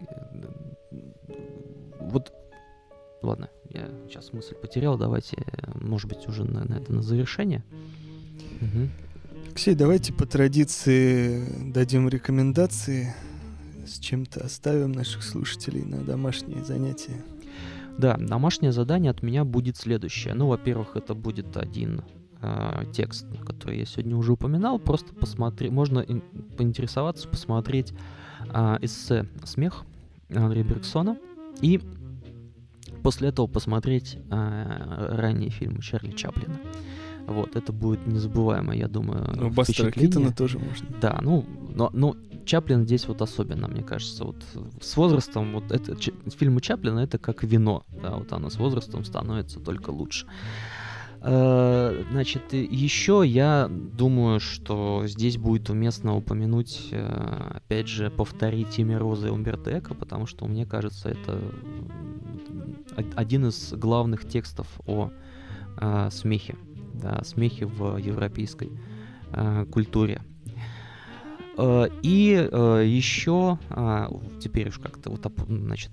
вот, ладно, я сейчас мысль потерял, давайте, может быть, уже на, на это на завершение. Угу. Алексей, давайте по традиции дадим рекомендации, с чем-то оставим наших слушателей на домашние занятия. Да, домашнее задание от меня будет следующее. Ну, во-первых, это будет один... текст, который я сегодня уже упоминал, просто посмотреть, можно поинтересоваться, посмотреть а, эссе «Смех» Андрея Бергсона и после этого посмотреть а, ранние фильмы Чарли Чаплина. Вот, это будет незабываемое, я думаю, ну, Бастера Китона тоже можно. Да, ну, но, но Чаплин здесь вот особенно, мне кажется, вот с возрастом, вот это, ч, фильмы Чаплина это как вино, да, вот оно с возрастом становится только лучше. Значит, еще я думаю, что здесь будет уместно упомянуть, опять же, повторить имя Розы Умберто Эко, потому что, мне кажется, это один из главных текстов о смехе, да, смехе в европейской культуре. И еще, теперь уж как-то вот, значит,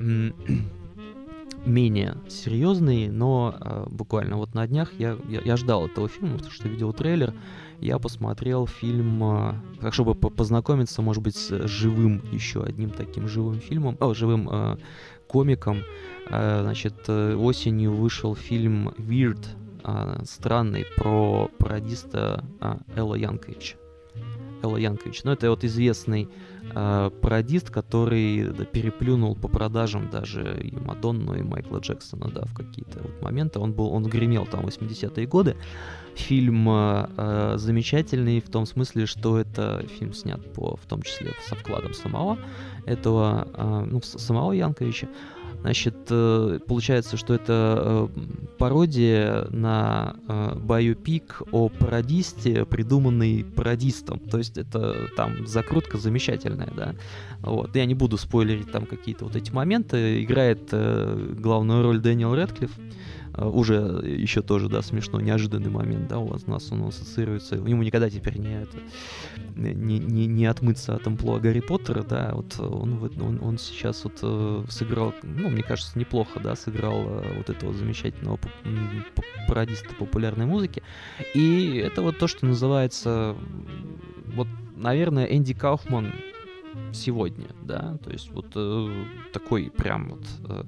менее серьезный, но э, буквально вот на днях я, я, я ждал этого фильма, потому что видел трейлер, я посмотрел фильм, э, так чтобы познакомиться, может быть, с живым, еще одним таким живым фильмом, о, живым э, комиком. Э, значит, э, осенью вышел фильм Weird, э, странный, про пародиста э, Элла Янковича. Элла Самуэла Янковича. Ну, это вот известный э, пародист, который да, переплюнул по продажам даже и Мадонну, и Майкла Джексона, да, в какие-то вот моменты. Он был, он гремел там в восьмидесятые годы. Фильм э, замечательный в том смысле, что это фильм снят по, в том числе со вкладом самого этого, э, ну, самого Янковича. Значит, э, получается, что это э, пародия на э, байопик о пародисте, придуманный пародистом. То есть это там закрутка замечательная, да. Вот. Я не буду спойлерить там какие-то вот эти моменты. Играет э, главную роль Дэниел Рэдклифф. Уже еще тоже, да, смешно, неожиданный момент, да, у вас, у нас он ассоциируется, ему никогда теперь не, это, не, не, не отмыться от амплуа Гарри Поттера, да, вот он, он, он сейчас вот э, сыграл, ну, мне кажется, неплохо, да, сыграл э, вот этого замечательного пародиста популярной музыки, и это вот то, что называется, вот, наверное, Энди Кауфман сегодня, да, то есть вот э, такой прям вот... Э,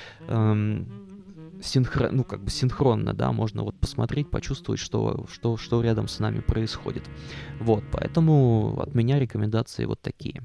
э, Синхро... ну, как бы синхронно, да, можно вот посмотреть, почувствовать, что, что, что рядом с нами происходит. Вот, поэтому от меня рекомендации вот такие.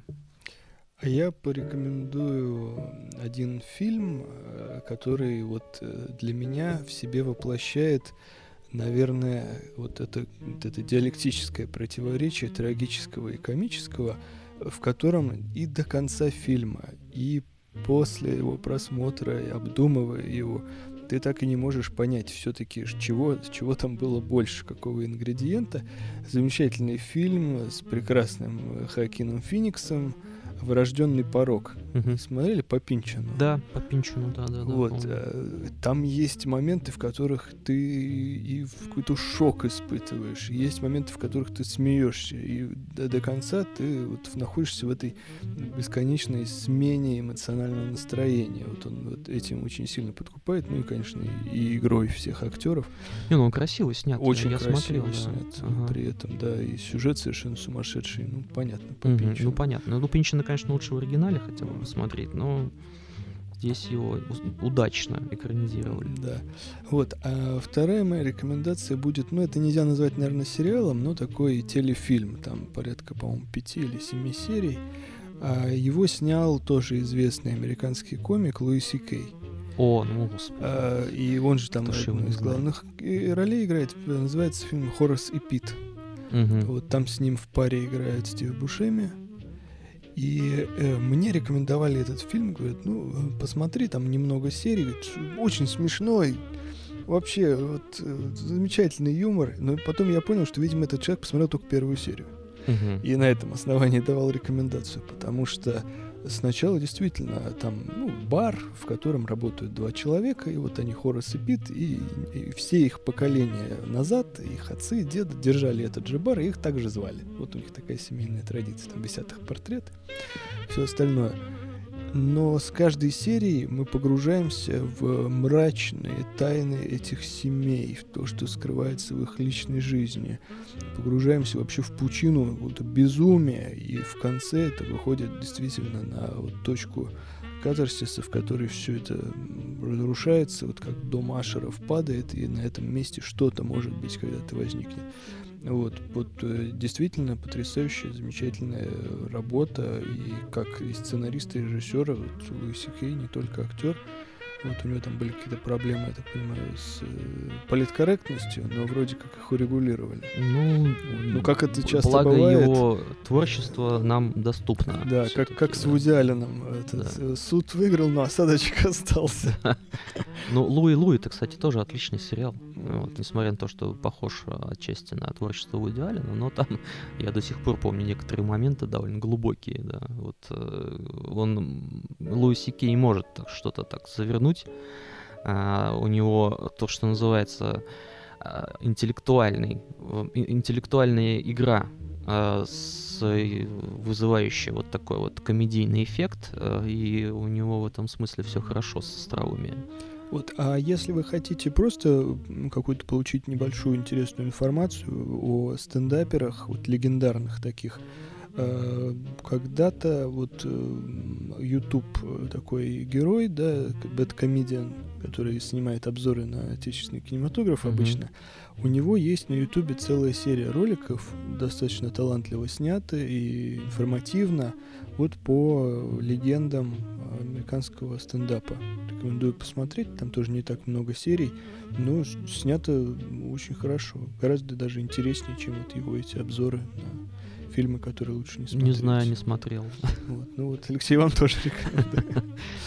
А я порекомендую один фильм, который вот для меня в себе воплощает, наверное, вот это, вот это диалектическое противоречие трагического и комического, в котором и до конца фильма, и после его просмотра, и обдумывая его, ты так и не можешь понять все-таки, чего, чего там было больше, какого ингредиента. Замечательный фильм с прекрасным Хоакином Фениксом «Врожденный порок». Угу. Смотрели по Пинчину? Да, по Пинчину, да, да. Вот, да, а, там есть моменты, в которых ты и какой-то шок испытываешь, есть моменты, в которых ты смеешься, и до, до конца ты вот находишься в этой бесконечной смене эмоционального настроения. Вот он вот этим очень сильно подкупает, ну и, конечно, и, и игрой всех актеров. Не, ну он красиво снят. Очень я красиво смотрел, снят, да. Ага. При этом, да, и сюжет совершенно сумасшедший, ну, понятно, по Угу, Пинчину. ну, понятно. Ну, Пинчина, конечно, лучше в оригинале хотя бы посмотреть, но здесь его удачно экранизировали. Да. Вот. А вторая моя рекомендация будет, ну, это нельзя назвать, наверное, сериалом, но такой телефильм, там порядка, по-моему, пяти или семи серий. А его снял тоже известный американский комик Луи Си Кей. О, ну, господи. А, и он же там одну из главных ролей играет. Называется фильм «Хорас и Пит». Угу. Вот там с ним в паре играет Стив Бушеми. И э, мне рекомендовали этот фильм, говорят, ну, посмотри, там немного серий, говорит, очень смешной, вообще, вот, э, замечательный юмор. Но потом я понял, что, видимо, этот человек посмотрел только первую серию. Угу. И на этом основании давал рекомендацию, потому что сначала действительно там, ну, бар, в котором работают два человека, и вот они, Хорас и Пит, и, и все их поколения назад, их отцы, деды держали этот же бар, и их также звали. Вот у них такая семейная традиция, там висят их портреты, все остальное. Но с каждой серией мы погружаемся в мрачные тайны этих семей, в то, что скрывается в их личной жизни. Погружаемся вообще в пучину вот, безумия, и в конце это выходит действительно на вот, точку катарсиса, в которой все это разрушается, вот как дом Ашеров падает, и на этом месте что-то, может быть, когда-то возникнет. Вот, вот действительно потрясающая, замечательная работа, и как и сценариста, и режиссера, вот Луи Си Кей не только актер, вот у него там были какие-то проблемы, я так понимаю, с э, политкорректностью, но вроде как их урегулировали. Ну, ну как это часто благо бывает. Его творчество нам доступно. Да, как, как с Вуди Алленом. Этот, да. Суд выиграл, но осадочек остался. Ну, Луи Луи, это, кстати, тоже отличный сериал. Вот, несмотря на то, что похож отчасти на творчество Вуди Аллена, но там я до сих пор помню некоторые моменты довольно глубокие. Да. Вот, он, Луи Си Кей может что-то так завернуть. Uh, у него то, что называется uh, интеллектуальный, uh, интеллектуальная игра, uh, с, вызывающая вот такой вот комедийный эффект, uh, и у него в этом смысле все хорошо с остроумием. Вот, а если вы хотите просто какую-то получить небольшую интересную информацию о стендаперах, вот легендарных таких, Когда-то вот YouTube такой герой, да, бэдкомедиан, который снимает обзоры на отечественный кинематограф mm-hmm. обычно, у него есть на YouTube целая серия роликов, достаточно талантливо снята и информативно, вот по легендам американского стендапа. Рекомендую посмотреть, там тоже не так много серий, но снято очень хорошо, гораздо даже интереснее, чем вот его эти обзоры на фильмы, которые лучше не смотреть. Не знаю, не смотрел. Вот. Ну вот, Алексей, вам тоже рекомендую.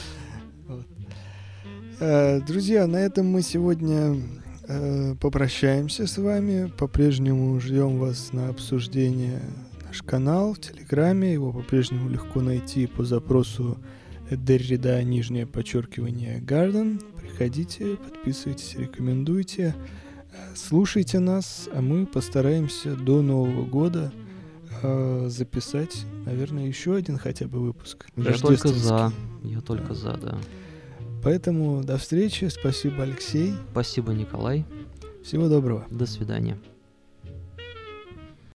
Вот. Друзья, на этом мы сегодня э, попрощаемся с вами. По-прежнему ждем вас на обсуждение наш канал в Телеграме. Его по-прежнему легко найти по запросу Derrida, нижнее подчеркивание, Garden. Приходите, подписывайтесь, рекомендуйте. Слушайте нас, а мы постараемся до Нового года э, записать, наверное, еще один хотя бы выпуск. Я только за. Я только да. за, да. Поэтому до встречи. Спасибо, Алексей. Спасибо, Николай. Всего доброго. До свидания.